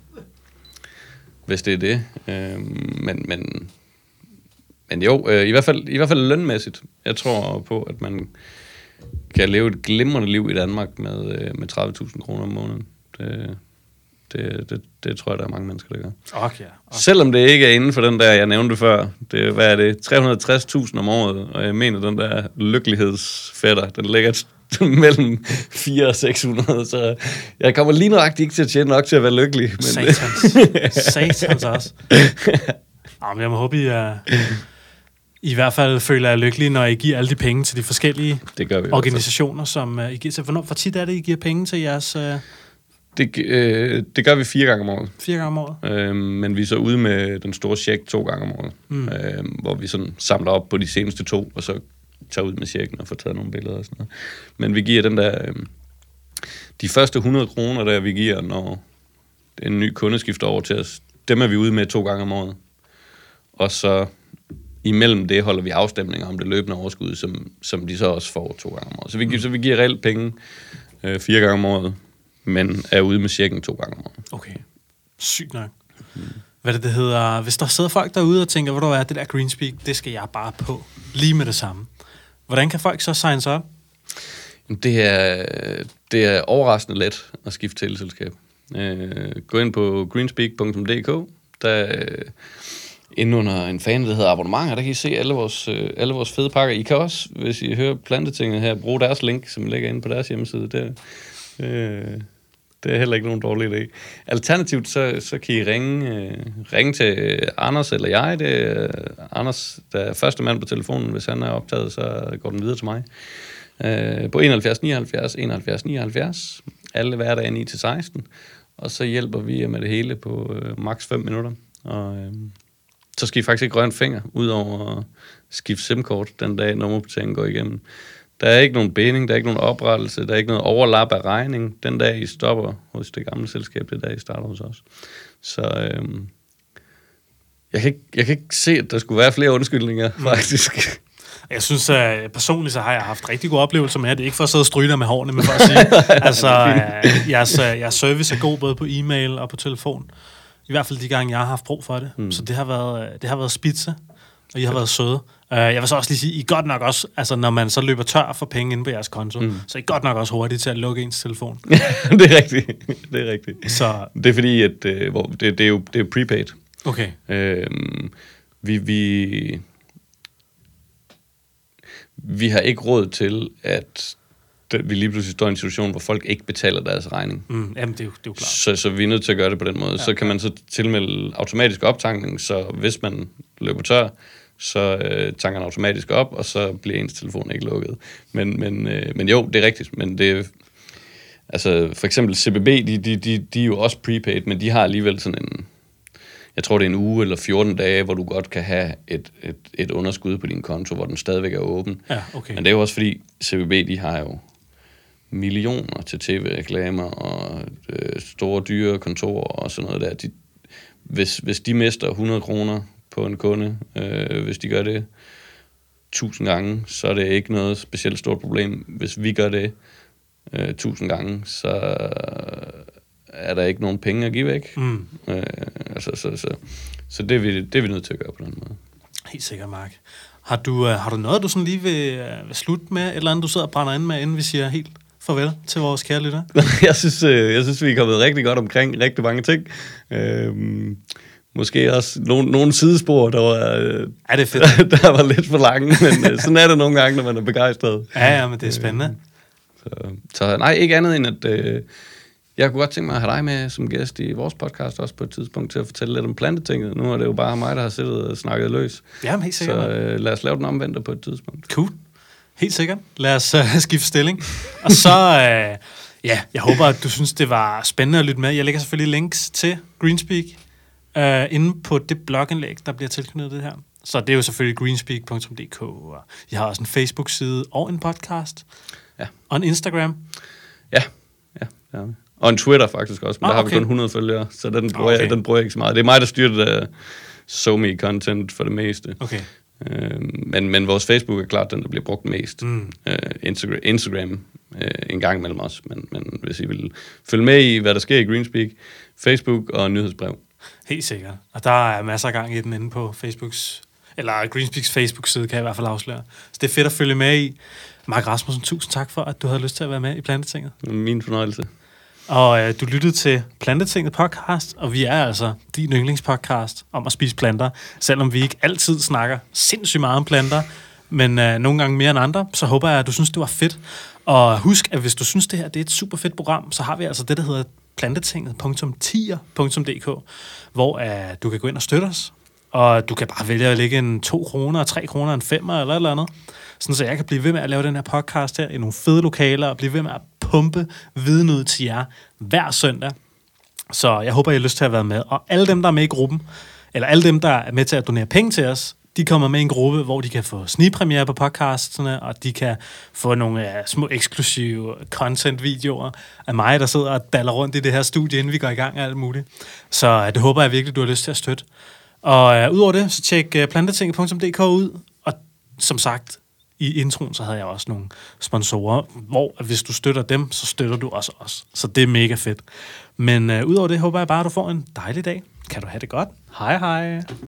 hvis det er det. Øh, men, men, men jo, øh, i, hvert fald, i hvert fald lønmæssigt. Jeg tror på, at man kan leve et glimrende liv i Danmark med, med tredive tusind kroner om måneden. Det, Det, det, det tror jeg, der er mange mennesker, der gør. Okay, okay. Selvom det ikke er inden for den der, jeg nævnte før. Det, hvad er det? tre hundrede og tres tusind om året. Og jeg mener, den der lykkelighedsfætter, den ligger mellem fire og seks hundrede. Så jeg kommer lige nøjagtigt ikke til at tjene nok til at være lykkelig. Men Satans. Satans også. Jamen, jeg må håbe, I er... I hvert fald føler jeg lykkelig, når I giver alle de penge til de forskellige det gør vi organisationer, som uh, I giver til. Hvornår, hvor tit er det, I giver penge til jeres... Uh... Det, øh, det gør vi fire gange om året. Fire gange om året? Øhm, men vi er så ude med den store check to gange om året. Mm. Øhm, hvor vi sådan samler op på de seneste to, og så tager ud med checken og får taget nogle billeder og sådan noget. Men vi giver den der... Øh, de første hundrede kroner, der vi giver, når en ny kunde skifter over til os, dem er vi ude med to gange om året. Og så... Imellem det holder vi afstemninger om det løbende overskud, som, som de så også får to gange om året. Så vi, mm. så vi giver reelt penge øh, fire gange om året, men er ude med checken to gange om året. Okay, sygt nok. Mm. Hvad det, det hedder, hvis der sidder folk derude og tænker, hvor du er, det der Greenspeak, det skal jeg bare på, lige med det samme. Hvordan kan folk så signe sig op? Det er, det er overraskende let at skifte teleselskab. Øh, gå ind på greenspeak punktum d k, der... Inden under en fan, der hedder abonnementer, der kan I se alle vores, øh, alle vores fede pakker. I kan også, hvis I hører Plantetinget her, bruge deres link, som ligger inde på deres hjemmeside. Det, øh, det er heller ikke nogen dårlig idé. Alternativt, så, så kan I ringe, øh, ringe til Anders eller jeg. Det er øh, Anders, der er første mand på telefonen. Hvis han er optaget, så går den videre til mig. Øh, på enoghalvfjerds nioghalvfjerds enoghalvfjerds nioghalvfjerds. Alle hverdage ni til seksten. Og så hjælper vi med det hele på øh, maks fem minutter. Og... Øh, så skal I faktisk ikke røre en finger, udover at skifte SIM-kort den dag, nummerbetalingen går igennem. Der er ikke nogen binding, der er ikke nogen oprettelse, der er ikke noget overlap af regning. Den dag, I stopper hos det gamle selskab, det er dag, I starter hos os. Så øhm, jeg, kan ikke, jeg kan ikke se, at der skulle være flere undskyldninger, faktisk. Jeg synes, uh, personligt så har jeg haft rigtig gode oplevelser med det. Ikke for at sidde og stryge dig med hårene, men for at sige, altså, uh, jeres, uh, jeres service er god både på e-mail og på telefon. I hvert fald de gange, jeg har haft brug for det. Mm. Så det har været, det har været spidse, og I har været søde. Uh, jeg vil så også lige sige, I er godt nok også, altså når man så løber tør for penge inde på jeres konto, mm. så er I godt nok også hurtigt til at lukke ens telefon. Det er rigtigt. Det er rigtigt. Så... Det er fordi, at øh, hvor det, det, er jo det er prepaid. Okay. Øhm, vi, vi, vi har ikke råd til, at vi lige pludselig står i en situation, hvor folk ikke betaler deres regning. Mm, jamen, det er, jo, det er jo klart. Så, så vi er nødt til at gøre det på den måde. Ja, så kan man så tilmelde automatisk optankning, så hvis man løber tør, så øh, tanker den automatisk op, og så bliver ens telefon ikke lukket. Men, men, øh, men jo, det er rigtigt. Men det, altså, for eksempel C B B, de, de, de, de er jo også prepaid, men de har alligevel sådan en, jeg tror det er en uge eller fjorten dage, hvor du godt kan have et, et, et underskud på din konto, hvor den stadigvæk er åben. Ja, okay. Men det er jo også fordi, C B B, de har jo millioner til tv-reklamer og øh, store dyre kontorer og sådan noget der. De, hvis, hvis de mister hundrede kroner på en kunde, øh, hvis de gør det tusind gange, så er det ikke noget specielt stort problem. Hvis vi gør det øh, tusind gange, så er der ikke nogen penge at give væk. Mm. Øh, altså, så så, så det, er vi, det er vi nødt til at gøre på den måde. Helt sikkert, Mark. Har du, øh, har du noget, du sådan lige vil, øh, vil slutte med, et eller andet, du sidder og brænder ind med, inden vi siger helt farvel til vores kære lytter? jeg, synes, øh, jeg synes, vi er kommet rigtig godt omkring rigtig mange ting. Øh, Måske også nogle, nogle sidespor, der var, ja, det er fedt. der var lidt for lange, men sådan er det nogle gange, når man er begejstret. Ja, ja, men det er spændende. Så, så nej, ikke andet end, at øh, jeg kunne godt tænke mig at have dig med som gæst i vores podcast, også på et tidspunkt, til at fortælle lidt om plantetinget. Nu er det jo bare mig, der har siddet og snakket løs. Jamen, helt sikkert. Så øh, lad os lave den omvendte på et tidspunkt. Cool. Helt sikkert. Lad os uh, skifte stilling. Og så, uh, ja, jeg håber, at du synes, det var spændende at lytte med. Jeg lægger selvfølgelig links til Greenspeak Uh, inde på det blogindlæg, der bliver tilknyttet det her. Så det er jo selvfølgelig greenspeak punktum d k, og jeg har også en Facebook-side og en podcast. Ja. Og en Instagram. Ja, ja, ja. Og en Twitter faktisk også, men ah, der har okay. vi kun hundrede følgere, så den bruger, okay. jeg, den bruger jeg ikke så meget. Det er mig, der styrer det der SoMe-content for det meste. Okay. Uh, men, men vores Facebook er klart den, der bliver brugt mest. Mm. Uh, Instagram, Instagram uh, en gang mellem os, men, men hvis I vil følge med i, hvad der sker i Greenspeak, Facebook og nyhedsbrev. Helt sikkert. Og der er masser af gang i den inde på Facebooks, eller Greenspeaks Facebook-side, kan jeg i hvert fald afsløre. Så det er fedt at følge med i. Mark Rasmussen, tusind tak for, at du havde lyst til at være med i Plantetinget. Min fornøjelse. Og øh, du lyttede til Plantetinget podcast, og vi er altså din yndlingspodcast om at spise planter. Selvom vi ikke altid snakker sindssygt meget om planter, men øh, nogle gange mere end andre, så håber jeg, at du synes, det var fedt. Og husk, at hvis du synes, det her det er et super fedt program, så har vi altså det, der hedder plantetinget punktum tier punktum d k, hvor øh, du kan gå ind og støtte os. Og du kan bare vælge at lægge en to kroner, tre kroner, en femmer eller et eller andet. Sådan så jeg kan blive ved med at lave den her podcast her i nogle fede lokaler, og blive ved med at pumpe viden ud til jer hver søndag. Så jeg håber, I har lyst til at være med. Og alle dem, der er med i gruppen, eller alle dem, der er med til at donere penge til os, de kommer med i en gruppe, hvor de kan få snigpremiere på podcastene, og de kan få nogle uh, små eksklusive content-videoer af mig, der sidder og daller rundt i det her studie, inden vi går i gang og alt muligt. Så uh, det håber jeg virkelig, du har lyst til at støtte. Og uh, udover det, så tjek uh, plantetinget punktum d k ud. Og som sagt, i introen, så havde jeg også nogle sponsorer, hvor hvis du støtter dem, så støtter du også os. Så det er mega fedt. Men uh, udover det, håber jeg bare, at du får en dejlig dag. Kan du have det godt. Hej hej.